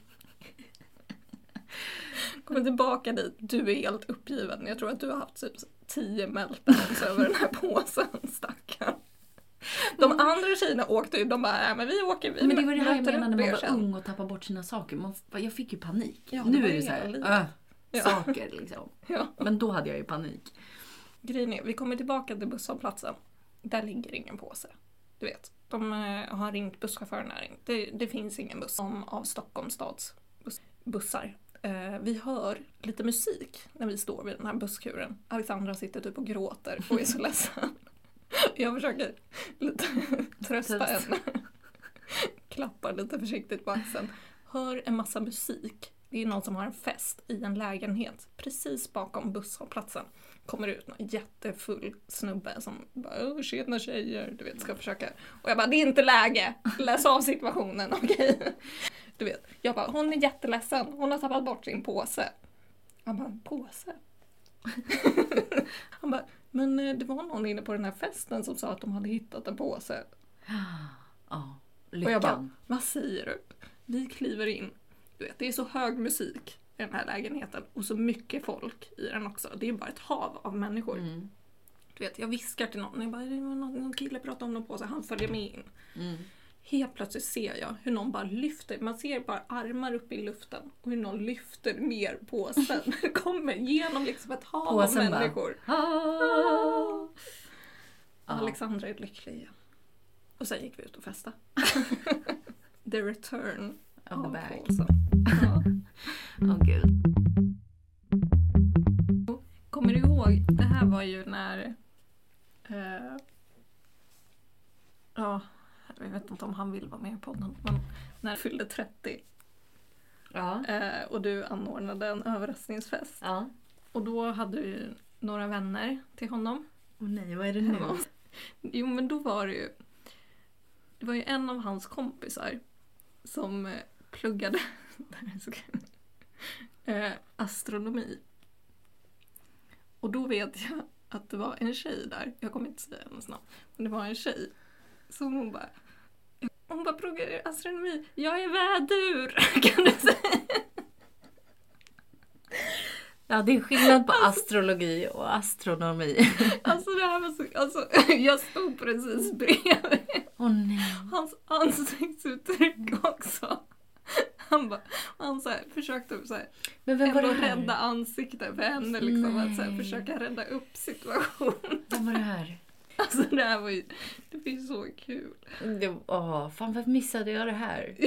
Kommer tillbaka dit, du är helt uppgiven. Jag tror att du har haft typ 10 meltdowns över den här påsen, stackarn. De andra tjejerna åkte ju, de bara, men vi åker. Men det var det här jag menade när man var ung och tappade bort sina saker. Jag fick ju panik. Ja, nu är det så här, saker liksom. Ja. Men då hade jag ju panik. Grejen är, vi kommer tillbaka till busshållplatsen. Där ligger ingen påse. Du vet, de har ringt busschaufförerna. Det finns ingen buss av Stockholms stads bussar. Vi hör lite musik när vi står vid den här busskuren. Alexandra sitter typ och gråter och är så ledsen. Jag försöker lite trösta henne. Klappar lite försiktigt på axeln. Hör en massa musik. Det är någon som har en fest i en lägenhet precis bakom busshållplatsen. Kommer ut någon jättefull snubbe som bara, tjena tjejer, du vet, ska försöka. Och jag bara, det är inte läge. Läs av situationen, okej? Du vet, jag bara, hon är jätteledsen. Hon har tappat bort sin påse. Han bara, påse? Han bara, men det var någon inne på den här festen som sa att de hade hittat en påse. Ja, lyckan. Och jag bara, vad säger du? Vi kliver in. Du vet, det är så hög musik i den här lägenheten. Och så mycket folk i den också. Det är bara ett hav av människor. Du vet, jag viskar till någon. Jag bara, någon kille pratar om någon påse. Han följer med in. Helt plötsligt ser jag hur någon bara lyfter. Man ser bara armar upp i luften. Och hur någon lyfter ner påsen. Kommer genom liksom ett hav påsen av människor. Alexandra är lycklig igen. Och sen gick vi ut och festa. The return of the bag. Gud. Kommer du ihåg? Det här var ju när... jag vet inte om han vill vara med i podden. Men när jag fyllde 30. Ja. Och du anordnade en överraskningsfest. Ja. Och då hade du några vänner till honom. Nej, vad är det nu? Jo, men då var det ju... Det var ju en av hans kompisar som pluggade astronomi. Och då vet jag att det var en tjej där. Jag kommer inte säga hennes namn. Men det var en tjej som hon bara pluggar astronomi. Jag är vädur, kan du säga. Ja, det är skillnad på astrologi och astronomi. Alltså det här var så... jag stod precis bredvid. Nej. Hans ansiktsuttryck också. Han så här, försökte så här, men vem var det här? Rädda ansiktet för henne. Liksom, att så här, försöka rädda upp situationen. Vem var det här? Alltså det här var ju... Det var ju så kul. Fan, varför missade jag det som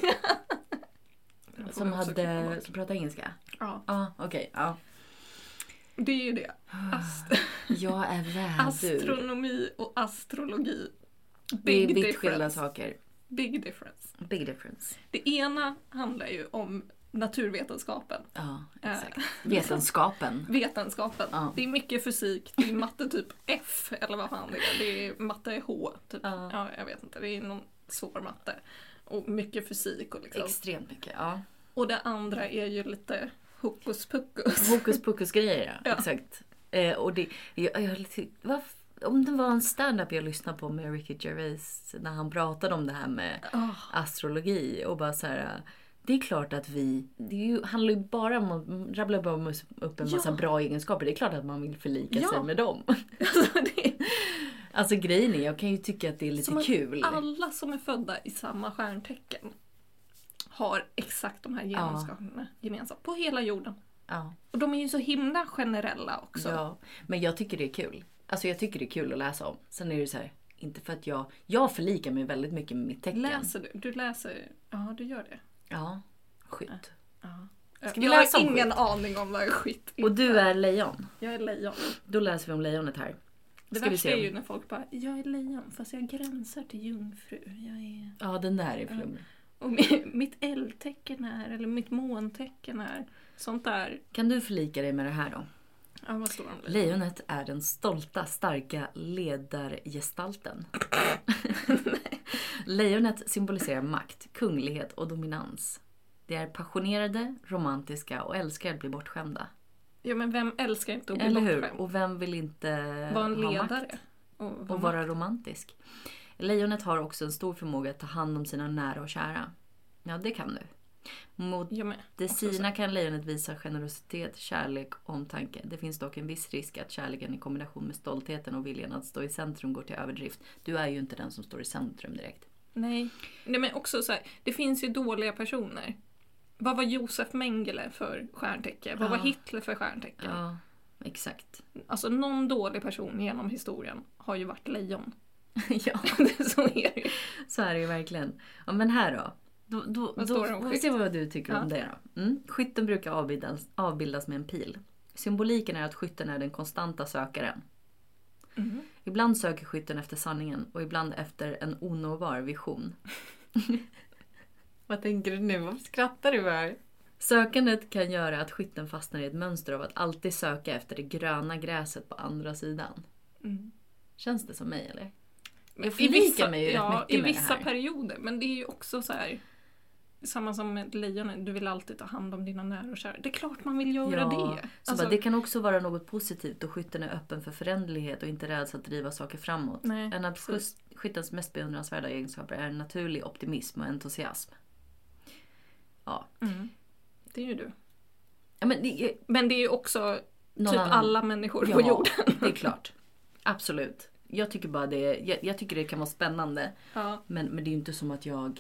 pratade engelska? Ja. Okej. Ja. Det är ju det. Jag är vädur. Astronomi och astrologi. Det är vitt skilda saker. Big difference. Big difference. Det ena handlar ju om naturvetenskapen. Ja, exakt. Vetenskapen. Ja. Det är mycket fysik. Det är matte typ F. Eller vad fan det är. Det är matte H. Typ. Ja, jag vet inte. Det är någon svår matte. Och mycket fysik. Och liksom. Extremt mycket, ja. Och det andra är ju lite hokus pokus. Hokus pokus grejer, ja. Exakt. Och det... Om det var en stand-up jag lyssnade på med Ricky Gervais när han pratade om det här med astrologi och bara så här, Det är klart att handlar ju bara om att rabbla bara upp en massa bra egenskaper. Det är klart att man vill förlika sig med dem. Alltså grejen är, jag kan ju tycka att det är lite som kul. Alla som är födda i samma stjärntecken har exakt de här egenskaperna gemensamt på hela jorden. Ja. Och de är ju så himla generella också. Ja, men jag tycker det är kul. Alltså jag tycker det är kul att läsa om. Sen är det så här, inte för att jag förlikar mig väldigt mycket med mitt tecken. Läser du? Du läser, ja du gör det. Ja, skytt. Ja. Jag har ingen aning om vad skytt är. Och du är lejon? Jag är lejon. Då läser vi om lejonet här. Det värsta är ju när folk bara, jag är lejon fast jag gränsar till jungfru. Ja, den där är flummig. Och mitt eldtecken är, eller mitt måntecken är, sånt där. Kan du förlika dig med det här då? Ja, vad står det? Lejonet är den stolta, starka ledargestalten. Lejonet symboliserar makt, kunglighet och dominans. De är passionerade, romantiska och älskar att bli bortskämda. Ja, men vem älskar inte att bli Eller bortskämd? hur? Och vem vill inte vara en ledare? Ha makt och vara romantisk? Lejonet har också en stor förmåga att ta hand om sina nära och kära. Ja, det kan du. Mot det sina kan lejonet visa generositet, kärlek och omtanke. Det finns dock en viss risk att kärleken i kombination med stoltheten och viljan att stå i centrum går till överdrift. Du är ju inte den som står i centrum direkt. Nej men också så här, det finns ju dåliga personer. Vad var Josef Mengele för stjärntecken? Vad var Hitler för stjärntecken? Ja, exakt. Alltså någon dålig person genom historien har ju varit lejon. Ja, så är det ju. Så är det ju verkligen. Ja, men här då. Då får vi se vad du tycker om det då. Skytten brukar avbildas med en pil. Symboliken är att skytten är den konstanta sökaren. Ibland söker skytten efter sanningen och ibland efter en onåbar vision. Vad tänker du nu? Varför skrattar du här? Sökandet kan göra att skytten fastnar i ett mönster av att alltid söka efter det gröna gräset på andra sidan. Känns det som mig eller? Jag förlikar mig ju rätt mycket med det här. I vissa perioder. Men det är ju också så här, samma som med lejonen. Du vill alltid ta hand om dina nära och kära. Det är klart man vill göra det. Alltså, det kan också vara något positivt. Och skytten är öppen för förändlighet och inte räds att driva saker framåt. Nej, en av skyttens mest beundransvärda egenskaper är en naturlig optimism och entusiasm. Ja. Det är ju du. Ja, men det är ju också typ alla människor på jorden. Det är klart. Absolut. Jag tycker bara jag tycker det kan vara spännande. Ja. Men det är ju inte som att jag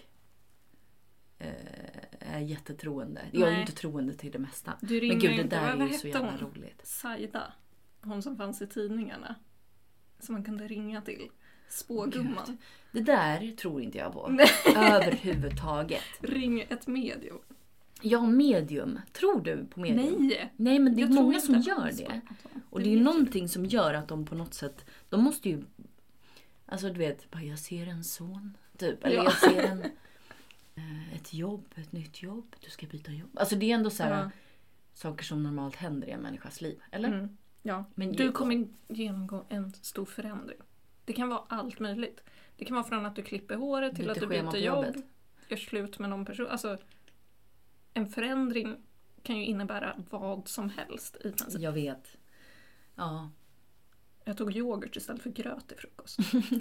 är jättetroende. Jag är ju inte troende till det mesta. Men gud, det där är ju så jävla roligt. Saida, hon som fanns i tidningarna. Som man kunde ringa till. Spågumman. Gud. Det där tror inte jag på. Överhuvudtaget. Ring ett medium. Ja, medium. Tror du på medium? Nej, men det är många som gör det. Och det är ju någonting som gör att de på något sätt, de måste ju, alltså du vet, jag ser en son, typ. Eller jag ser ett jobb, ett nytt jobb, du ska byta jobb. Alltså det är ändå så här saker som normalt händer i en människas liv, eller? Ja, men du kommer genomgå en stor förändring. Det kan vara allt möjligt. Det kan vara från att du klipper håret till att du byter jobb, gör slut med någon person. Alltså, en förändring kan ju innebära vad som helst i princip. Jag vet. Ja. Jag tog yoghurt istället för gröt till frukost.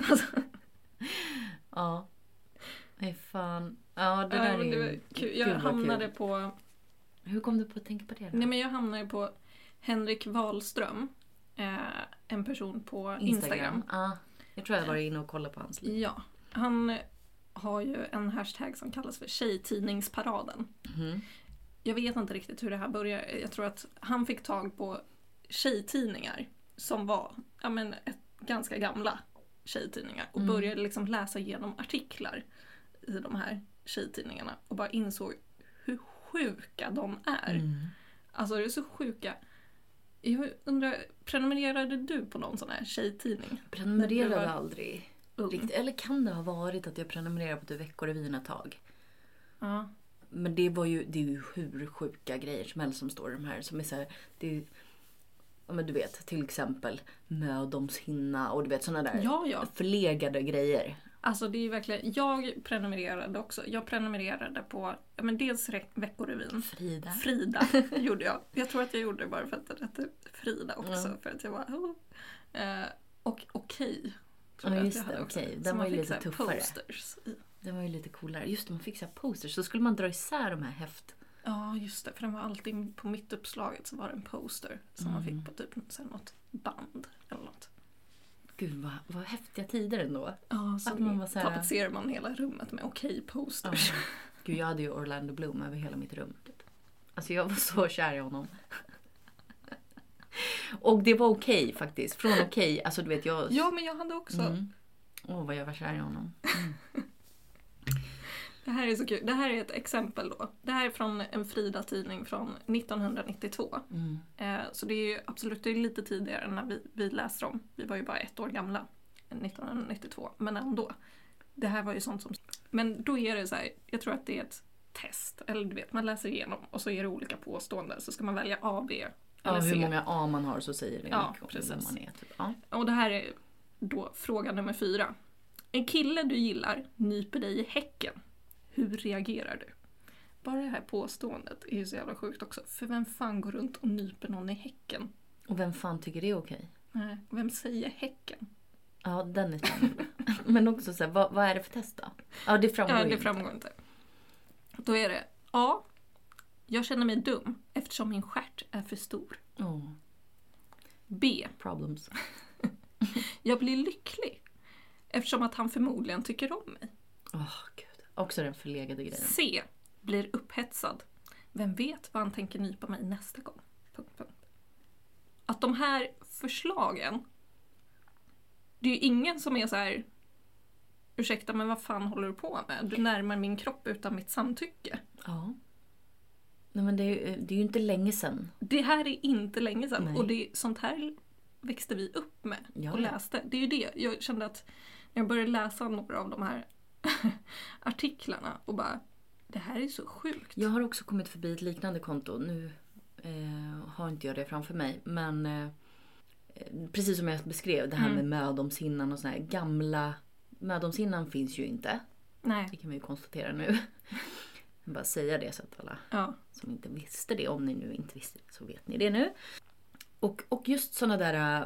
Ja. Nej fan. Ja, det där är ju kul. Jag hamnade på... Hur kom du på att tänka på det då? Nej, men jag hamnade på Henrik Wahlström. En person på Instagram. Ja. Jag tror jag var inne och kollade på hans liv. Ja. Han har ju en hashtag som kallas för Tjejtidningsparaden. Jag vet inte riktigt hur det här började. Jag tror att han fick tag på tjejtidningar som var ganska gamla tjejtidningar och började liksom läsa igenom artiklar i de här tjejtidningarna och bara insåg hur sjuka de är. Alltså det är så sjuka. Jag undrar, prenumererade du på någon sån här tjejtidning? Prenumererade aldrig. Eller kan det ha varit att jag prenumererade på Veckorevyn ett tag? Ja. Men det är ju hur sjuka grejer som helst som står i de här. Som är så här, det är, ja men du vet, till exempel mödomshinna och du vet sådana där förlegade grejer. Alltså det är verkligen, jag prenumererade också. Jag prenumererade på, dels Veckorevyn. Frida gjorde jag. Jag tror att jag gjorde det bara för att det hette Frida också. För att jag var, och Okej. Ja just det, Okej. Den var ju lite tuffare. Posters i. Den var ju lite coolare. Just det, man fick så här posters. Så skulle man dra isär de här häft. Ja, just det. För den var alltid på mittuppslaget så var det en poster som man fick på typ sen något band eller något. Gud, vad häftiga tider ändå. Ja, så att man var så här... tapetserar man hela rummet med posters. Ja. Gud, jag hade ju Orlando Bloom över hela mitt rum. Typ. Alltså jag var så kär i honom. Och det var okej faktiskt. Från okej. Alltså du vet jag... Ja, men jag hade också. Vad jag var kär i honom. Det här är så kul. Det här är ett exempel då. Det här är från en Frida-tidning från 1992. Så det är ju absolut det är lite tidigare än när vi läste om. Vi var ju bara 1 år gamla 1992. Men ändå. Det här var ju sånt som... Men då är det så här, jag tror att det är ett test. Eller du vet, man läser igenom och så är det olika påståenden. Så ska man välja A, B eller C. Hur många A man har så säger det mycket om vem man är. Typ. Ja. Och det här är då fråga nummer 4. En kille du gillar nyper dig i häcken. Hur reagerar du? Bara det här påståendet är ju så jävla sjukt också. För vem fan går runt och nyper någon i häcken? Och vem fan tycker det är okej? Nej, vem säger häcken? Ja, den är spännande. Men också så här, vad är det för test då? Ja, det framgår inte. Då är det A. Jag känner mig dum eftersom min stjärt är för stor. B. Problems. Jag blir lycklig eftersom att han förmodligen tycker om mig. Gud. Också den förlegade grejen. C. Blir upphetsad. Vem vet vad han tänker nypa mig nästa gång? ... Att de här förslagen, det är ju ingen som är så här: ursäkta, men vad fan håller du på med? Du närmar min kropp utan mitt samtycke. Ja. Nej, men det är ju inte länge sedan. Det här är inte länge sedan. Nej. Och sånt här växte vi upp med och Ja. läste. Det är ju det. Jag kände att när jag började läsa några av de här artiklarna och bara, det här är så sjukt. Jag har också kommit förbi ett liknande konto. Nu har inte jag det framför mig. Men precis som jag beskrev, det här med mödomshinnan och såna här gamla... Mödomshinnan finns ju inte. Nej. Det kan vi ju konstatera nu. Jag bara säga det så att alla som inte visste det, om ni nu inte visste det, så vet ni det nu. Och just såna där...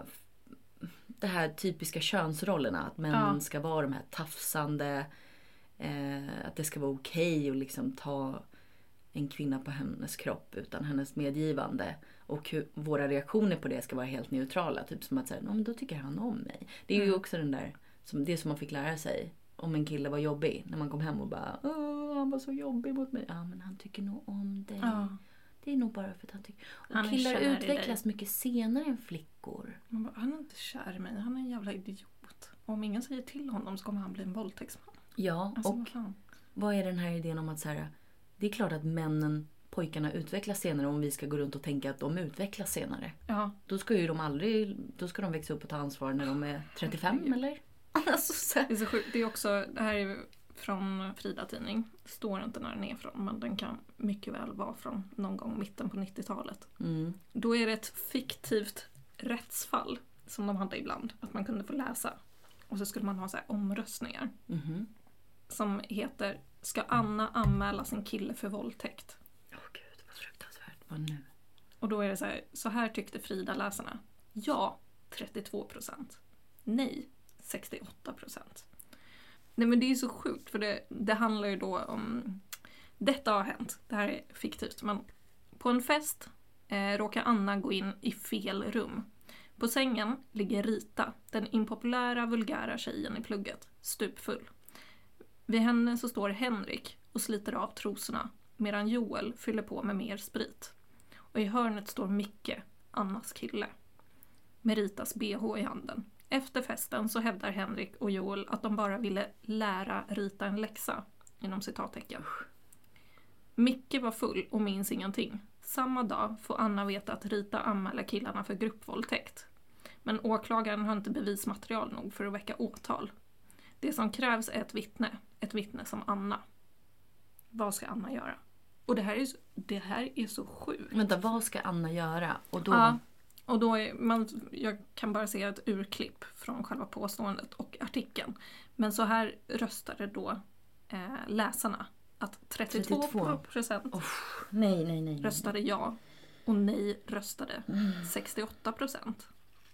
Det här typiska könsrollerna. Att männen ska vara de här tafsande... att det ska vara okej att liksom ta en kvinna på hennes kropp utan hennes medgivande. Och hur våra reaktioner på det ska vara helt neutrala. Typ som att säga, men då tycker han om mig. Det är ju också den där, det som man fick lära sig. Om en kille var jobbig. När man kom hem och bara, han var så jobbig mot mig. Ja, men han tycker nog om dig. Ja. Det är nog bara för att han tycker... Och killar utvecklas mycket senare än flickor. Man bara, han är inte kär i mig. Han är en jävla idiot. Och om ingen säger till honom så kommer han bli en våldtäktsman. Ja, alltså, och vad är den här idén om att så här, det är klart att pojkarna utvecklas senare om vi ska gå runt och tänka att de utvecklas senare. Ja. Då ska de växa upp och ta ansvar när de är 35 eller? Alltså, så här. Det är så sjukt. Det är också, det här är från Frida-tidning. Det står inte när den är från, men den kan mycket väl vara från någon gång mitten på 90-talet. Då är det ett fiktivt rättsfall som de hade ibland. Att man kunde få läsa. Och så skulle man ha så här omröstningar. Som heter, ska Anna anmäla sin kille för våldtäkt? Gud, vad fruktansvärt. Vad nu? Och då är det så här tyckte Frida-läsarna. Ja, 32%. Nej, 68%. Nej, men det är så sjukt, för det handlar ju då om... Detta har hänt, det här är fiktivt. Men på en fest råkar Anna gå in i fel rum. På sängen ligger Rita, den impopulära vulgära tjejen i plugget, stupfull. Vid henne så står Henrik och sliter av trosorna, medan Joel fyller på med mer sprit. Och i hörnet står Micke, Annas kille, med Ritas BH i handen. Efter festen så hävdar Henrik och Joel att de bara ville lära Rita en läxa, inom citattecken. Micke var full och minns ingenting. Samma dag får Anna veta att Rita anmäler killarna för gruppvåldtäkt. Men åklagaren har inte bevismaterial nog för att väcka åtal. Det som krävs är ett vittne som Anna. Vad ska Anna göra? Och det här är så sjukt. Vänta, vad ska Anna göra? Och då... Ja, och då jag kan bara se ett urklipp från själva påståendet och artikeln. Men så här röstade då läsarna. Att 32%. Nej. Röstade ja. Och nej röstade 68%.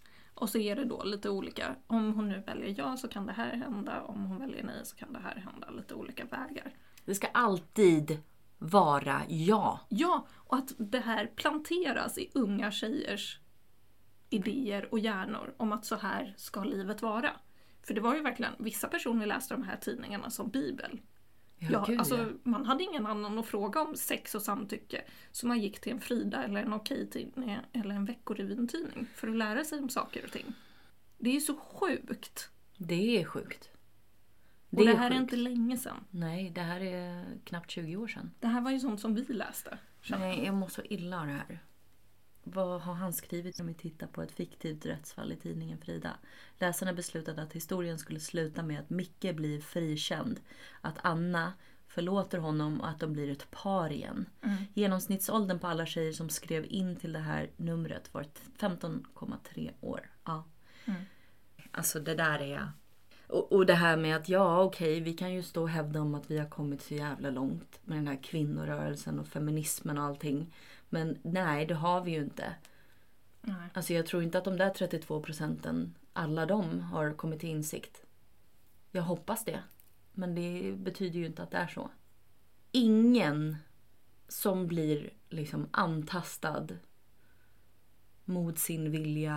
Och så är det då lite olika. Om hon nu väljer ja så kan det här hända. Om hon väljer nej så kan det här hända. Lite olika vägar. Det ska alltid vara ja. Ja, och att det här planteras i unga tjejers idéer och hjärnor om att så här ska livet vara. För det var ju verkligen, vissa personer läste de här tidningarna som bibel. Man hade ingen annan att fråga om sex och samtycke. Så man gick till en Frida eller en Okej-tidning eller en Veckorevyn-tidning för att lära sig om saker och ting. Det är ju så sjukt. Det är sjukt. Och det här är inte länge sedan. Nej, det här är knappt 20 år sedan. Det här var ju sånt som vi läste. Nej, jag mår så illa av det här. Vad har han skrivit om vi tittar på ett fiktivt rättsfall i tidningen Frida? Läsarna beslutade att historien skulle sluta med att Micke blir frikänd. Att Anna förlåter honom och att de blir ett par igen. Genomsnittsåldern på alla tjejer som skrev in till det här numret var 15,3 år. Ja. Alltså det där är... Och det här med att vi kan ju stå och hävda om att vi har kommit så jävla långt med den här kvinnorörelsen och feminismen och allting. Men nej, det har vi ju inte. Nej. Alltså jag tror inte att de där 32%, alla de har kommit till insikt. Jag hoppas det. Men det betyder ju inte att det är så. Ingen som blir liksom antastad mot sin vilja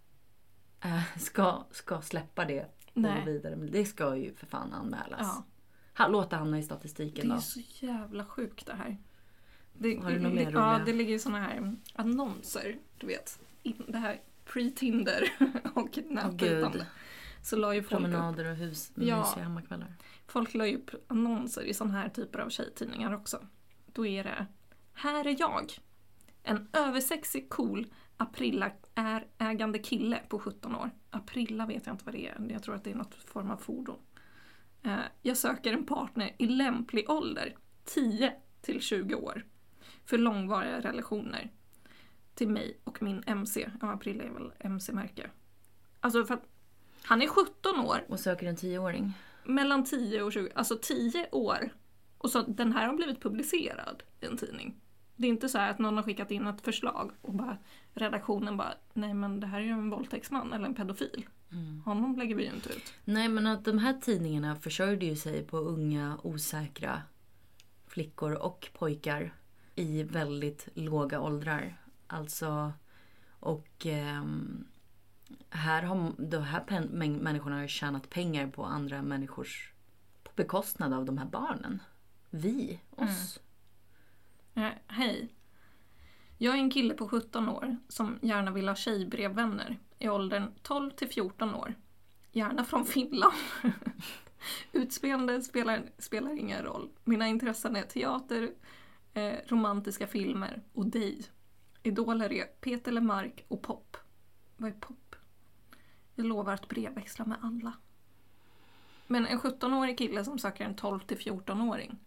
ska släppa det och gå vidare. Men det ska ju för fan anmälas. Ja. Låta hamna i statistiken då. Det är så jävla sjukt det här. Har du något mer roliga? Ja, det ligger såna här annonser, du vet. Det här pre-Tinder och nätdejtande. Så la ju folk promenader och hus med mysiga hemmakvällar. Folk la ju upp annonser i såna här typer av tjejtidningar också. Då är det: här är jag. En översexig, cool Aprilla-ägande kille på 17 år. Aprilla vet jag inte vad det är. Jag tror att det är något form av fordon. Jag söker en partner i lämplig ålder. 10 till 20 år. För långvariga relationer. Till mig och min MC. Ja, Aprilla är väl MC-märke. Alltså för att han är 17 år. Och söker en 10-åring. Mellan 10 och 20. Alltså 10 år. Och så den här har blivit publicerad i en tidning. Det är inte så här att någon har skickat in ett förslag och bara redaktionen bara, nej men det här är ju en våldtäktsman eller en pedofil. Honom lägger vi ju inte ut. Nej, men att de här tidningarna försörjde ju sig på unga, osäkra flickor och pojkar i väldigt låga åldrar. Alltså, och här har de här människorna tjänat pengar på andra människors på bekostnad av de här barnen. Oss. Hej. Jag är en kille på 17 år som gärna vill ha tjejbrevvänner i åldern 12 till 14 år. Gärna från Finland. Utspelande spelar ingen roll. Mina intressen är teater, romantiska filmer och dig. Idoler är Peter Lemark och pop. Vad är pop? Jag lovar att brevväxla med alla. Men en 17-årig kille som söker en 12 till 14-åring.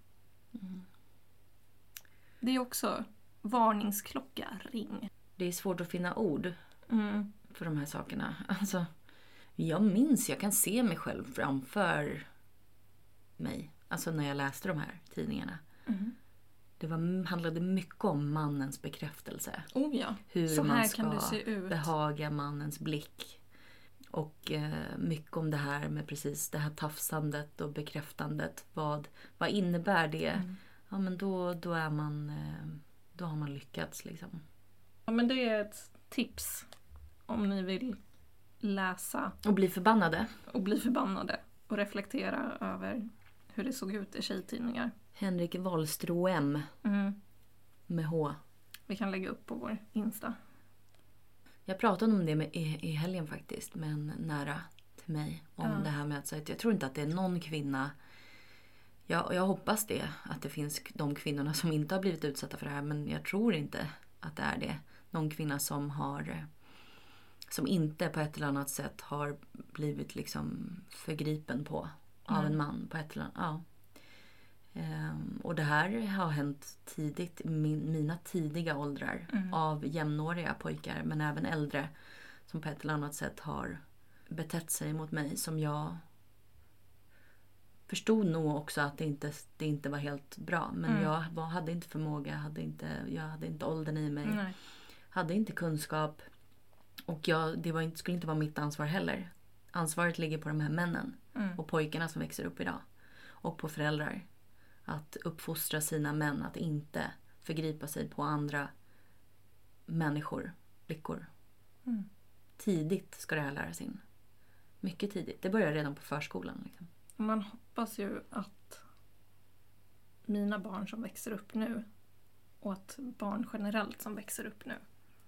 Det är också varningsklocka, ring. Det är svårt att finna ord för de här sakerna. Alltså, jag kan se mig själv framför mig. Alltså när jag läste de här tidningarna. Det handlade mycket om mannens bekräftelse. Oh ja. Hur så man här ska kan det se ut. behaga mannens blick. Och mycket om det här med precis det här tafsandet och bekräftandet. Vad innebär det? Ja, men då är man då har man lyckats liksom. Ja, men det är ett tips om ni vill läsa och bli förbannade och reflektera över hur det såg ut i tjejtidningar. Henrik Wahlström med H. Vi kan lägga upp på vår Insta. Jag pratade om det i helgen faktiskt med en nära till mig om det här med att jag tror inte att det är någon kvinna. Jag hoppas det, att det finns de kvinnorna som inte har blivit utsatta för det här, men jag tror inte att det är det. Någon kvinna som inte på ett eller annat sätt har blivit liksom förgripen på av en man på ett eller annat. Och det här har hänt tidigt, mina tidiga åldrar av jämnåriga pojkar, men även äldre som på ett eller annat sätt har betett sig mot mig, som jag förstod nog också att det inte var helt bra. Men jag hade inte förmåga, jag hade inte åldern i mig. Nej. Hade inte kunskap. Och skulle inte vara mitt ansvar heller. Ansvaret ligger på de här männen. Och pojkarna som växer upp idag. Och på föräldrar. Att uppfostra sina män att inte förgripa sig på andra människor, flickor. Tidigt ska det här läras in. Mycket tidigt. Det börjar redan på förskolan. Liksom. Man hoppas ju att mina barn som växer upp nu och att barn generellt som växer upp nu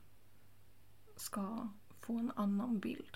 ska få en annan bild.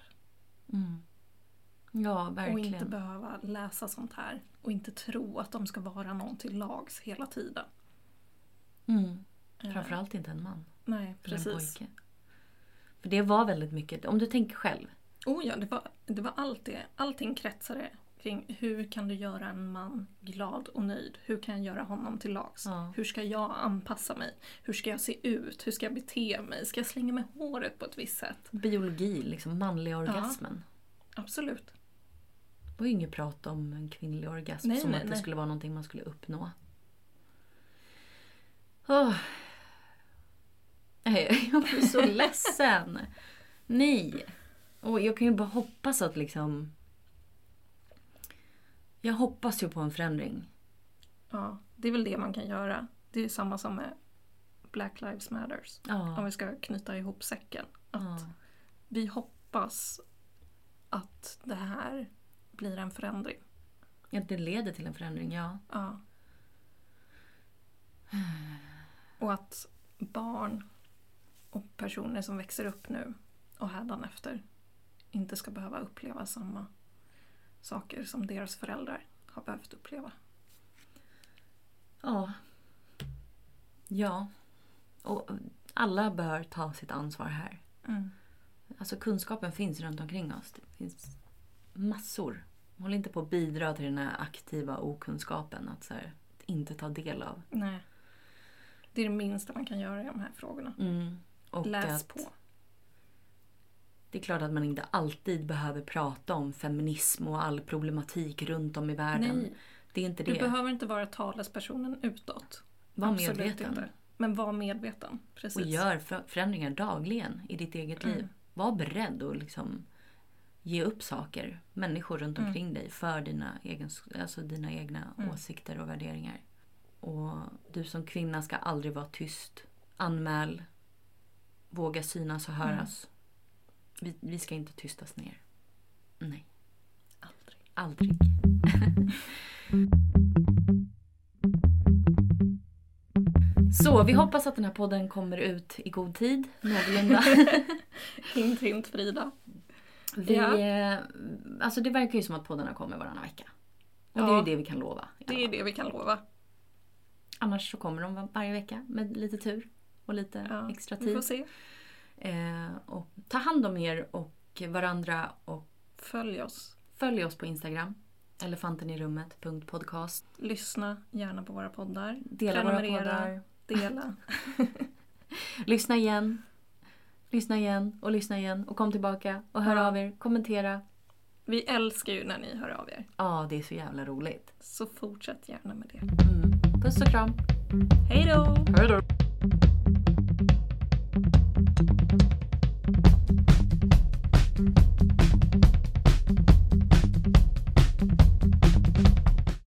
Ja, verkligen. Och inte behöva läsa sånt här. Och inte tro att de ska vara någon till lags hela tiden. Framförallt inte en man. Nej, precis. En pojke. För det var väldigt mycket. Om du tänker själv. Oh ja, det var allt det. Allting kretsade kring hur kan du göra en man glad och nöjd? Hur kan jag göra honom till lags? Ja. Hur ska jag anpassa mig? Hur ska jag se ut? Hur ska jag bete mig? Ska jag slänga med håret på ett visst sätt? Biologi, liksom manliga orgasmen. Ja, absolut. Det var ju inget prat om en kvinnlig orgasm som att det skulle vara någonting man skulle uppnå. Jag blir så ledsen. Nej. Och jag kan ju bara hoppas att liksom... Jag hoppas ju på en förändring. Ja, det är väl det man kan göra. Det är samma som med Black Lives Matters. Ja. Om vi ska knyta ihop säcken. Att vi hoppas att det här blir en förändring. Att det leder till en förändring, ja. Ja. Och att barn och personer som växer upp nu och hädanefter inte ska behöva uppleva samma saker som deras föräldrar har behövt uppleva. Ja. Ja. Och alla bör ta sitt ansvar här. Alltså kunskapen finns runt omkring oss. Det finns massor. Håll inte på att bidra till den här aktiva okunskapen. Att inte ta del av. Nej. Det är det minsta man kan göra i de här frågorna. Och läs på. Det är klart att man inte alltid behöver prata om feminism och all problematik runt om i världen. Nej. Det är inte det. Du behöver inte vara talespersonen utåt. Var Absolut medveten. inte. Men var medveten. Precis. Och gör förändringar dagligen i ditt eget liv. Var beredd att liksom ge upp saker, människor runt omkring dig för dina egna åsikter och värderingar. Och du som kvinna ska aldrig vara tyst. Anmäl. Våga synas och höras. Vi ska inte tystas ner. Nej. Aldrig. Så vi hoppas att den här podden kommer ut i god tid. Någorlunda. Hint, hint, Frida. Alltså det verkar ju som att poddarna kommer varannan vecka. Och det är ju det vi kan lova. Det är det vi kan lova. Annars så kommer de varje vecka med lite tur och lite extra tid. Vi får se. Och ta hand om er och varandra och Följ oss på Instagram. elefantenirummet.podcast. Lyssna gärna på våra poddar. Dela våra poddar. Dela. Lyssna igen och kom tillbaka och hör av er, kommentera. Vi älskar ju när ni hör av er. Ja, det är så jävla roligt. Så fortsätt gärna med det. Puss och kram. Hej då! Hej då!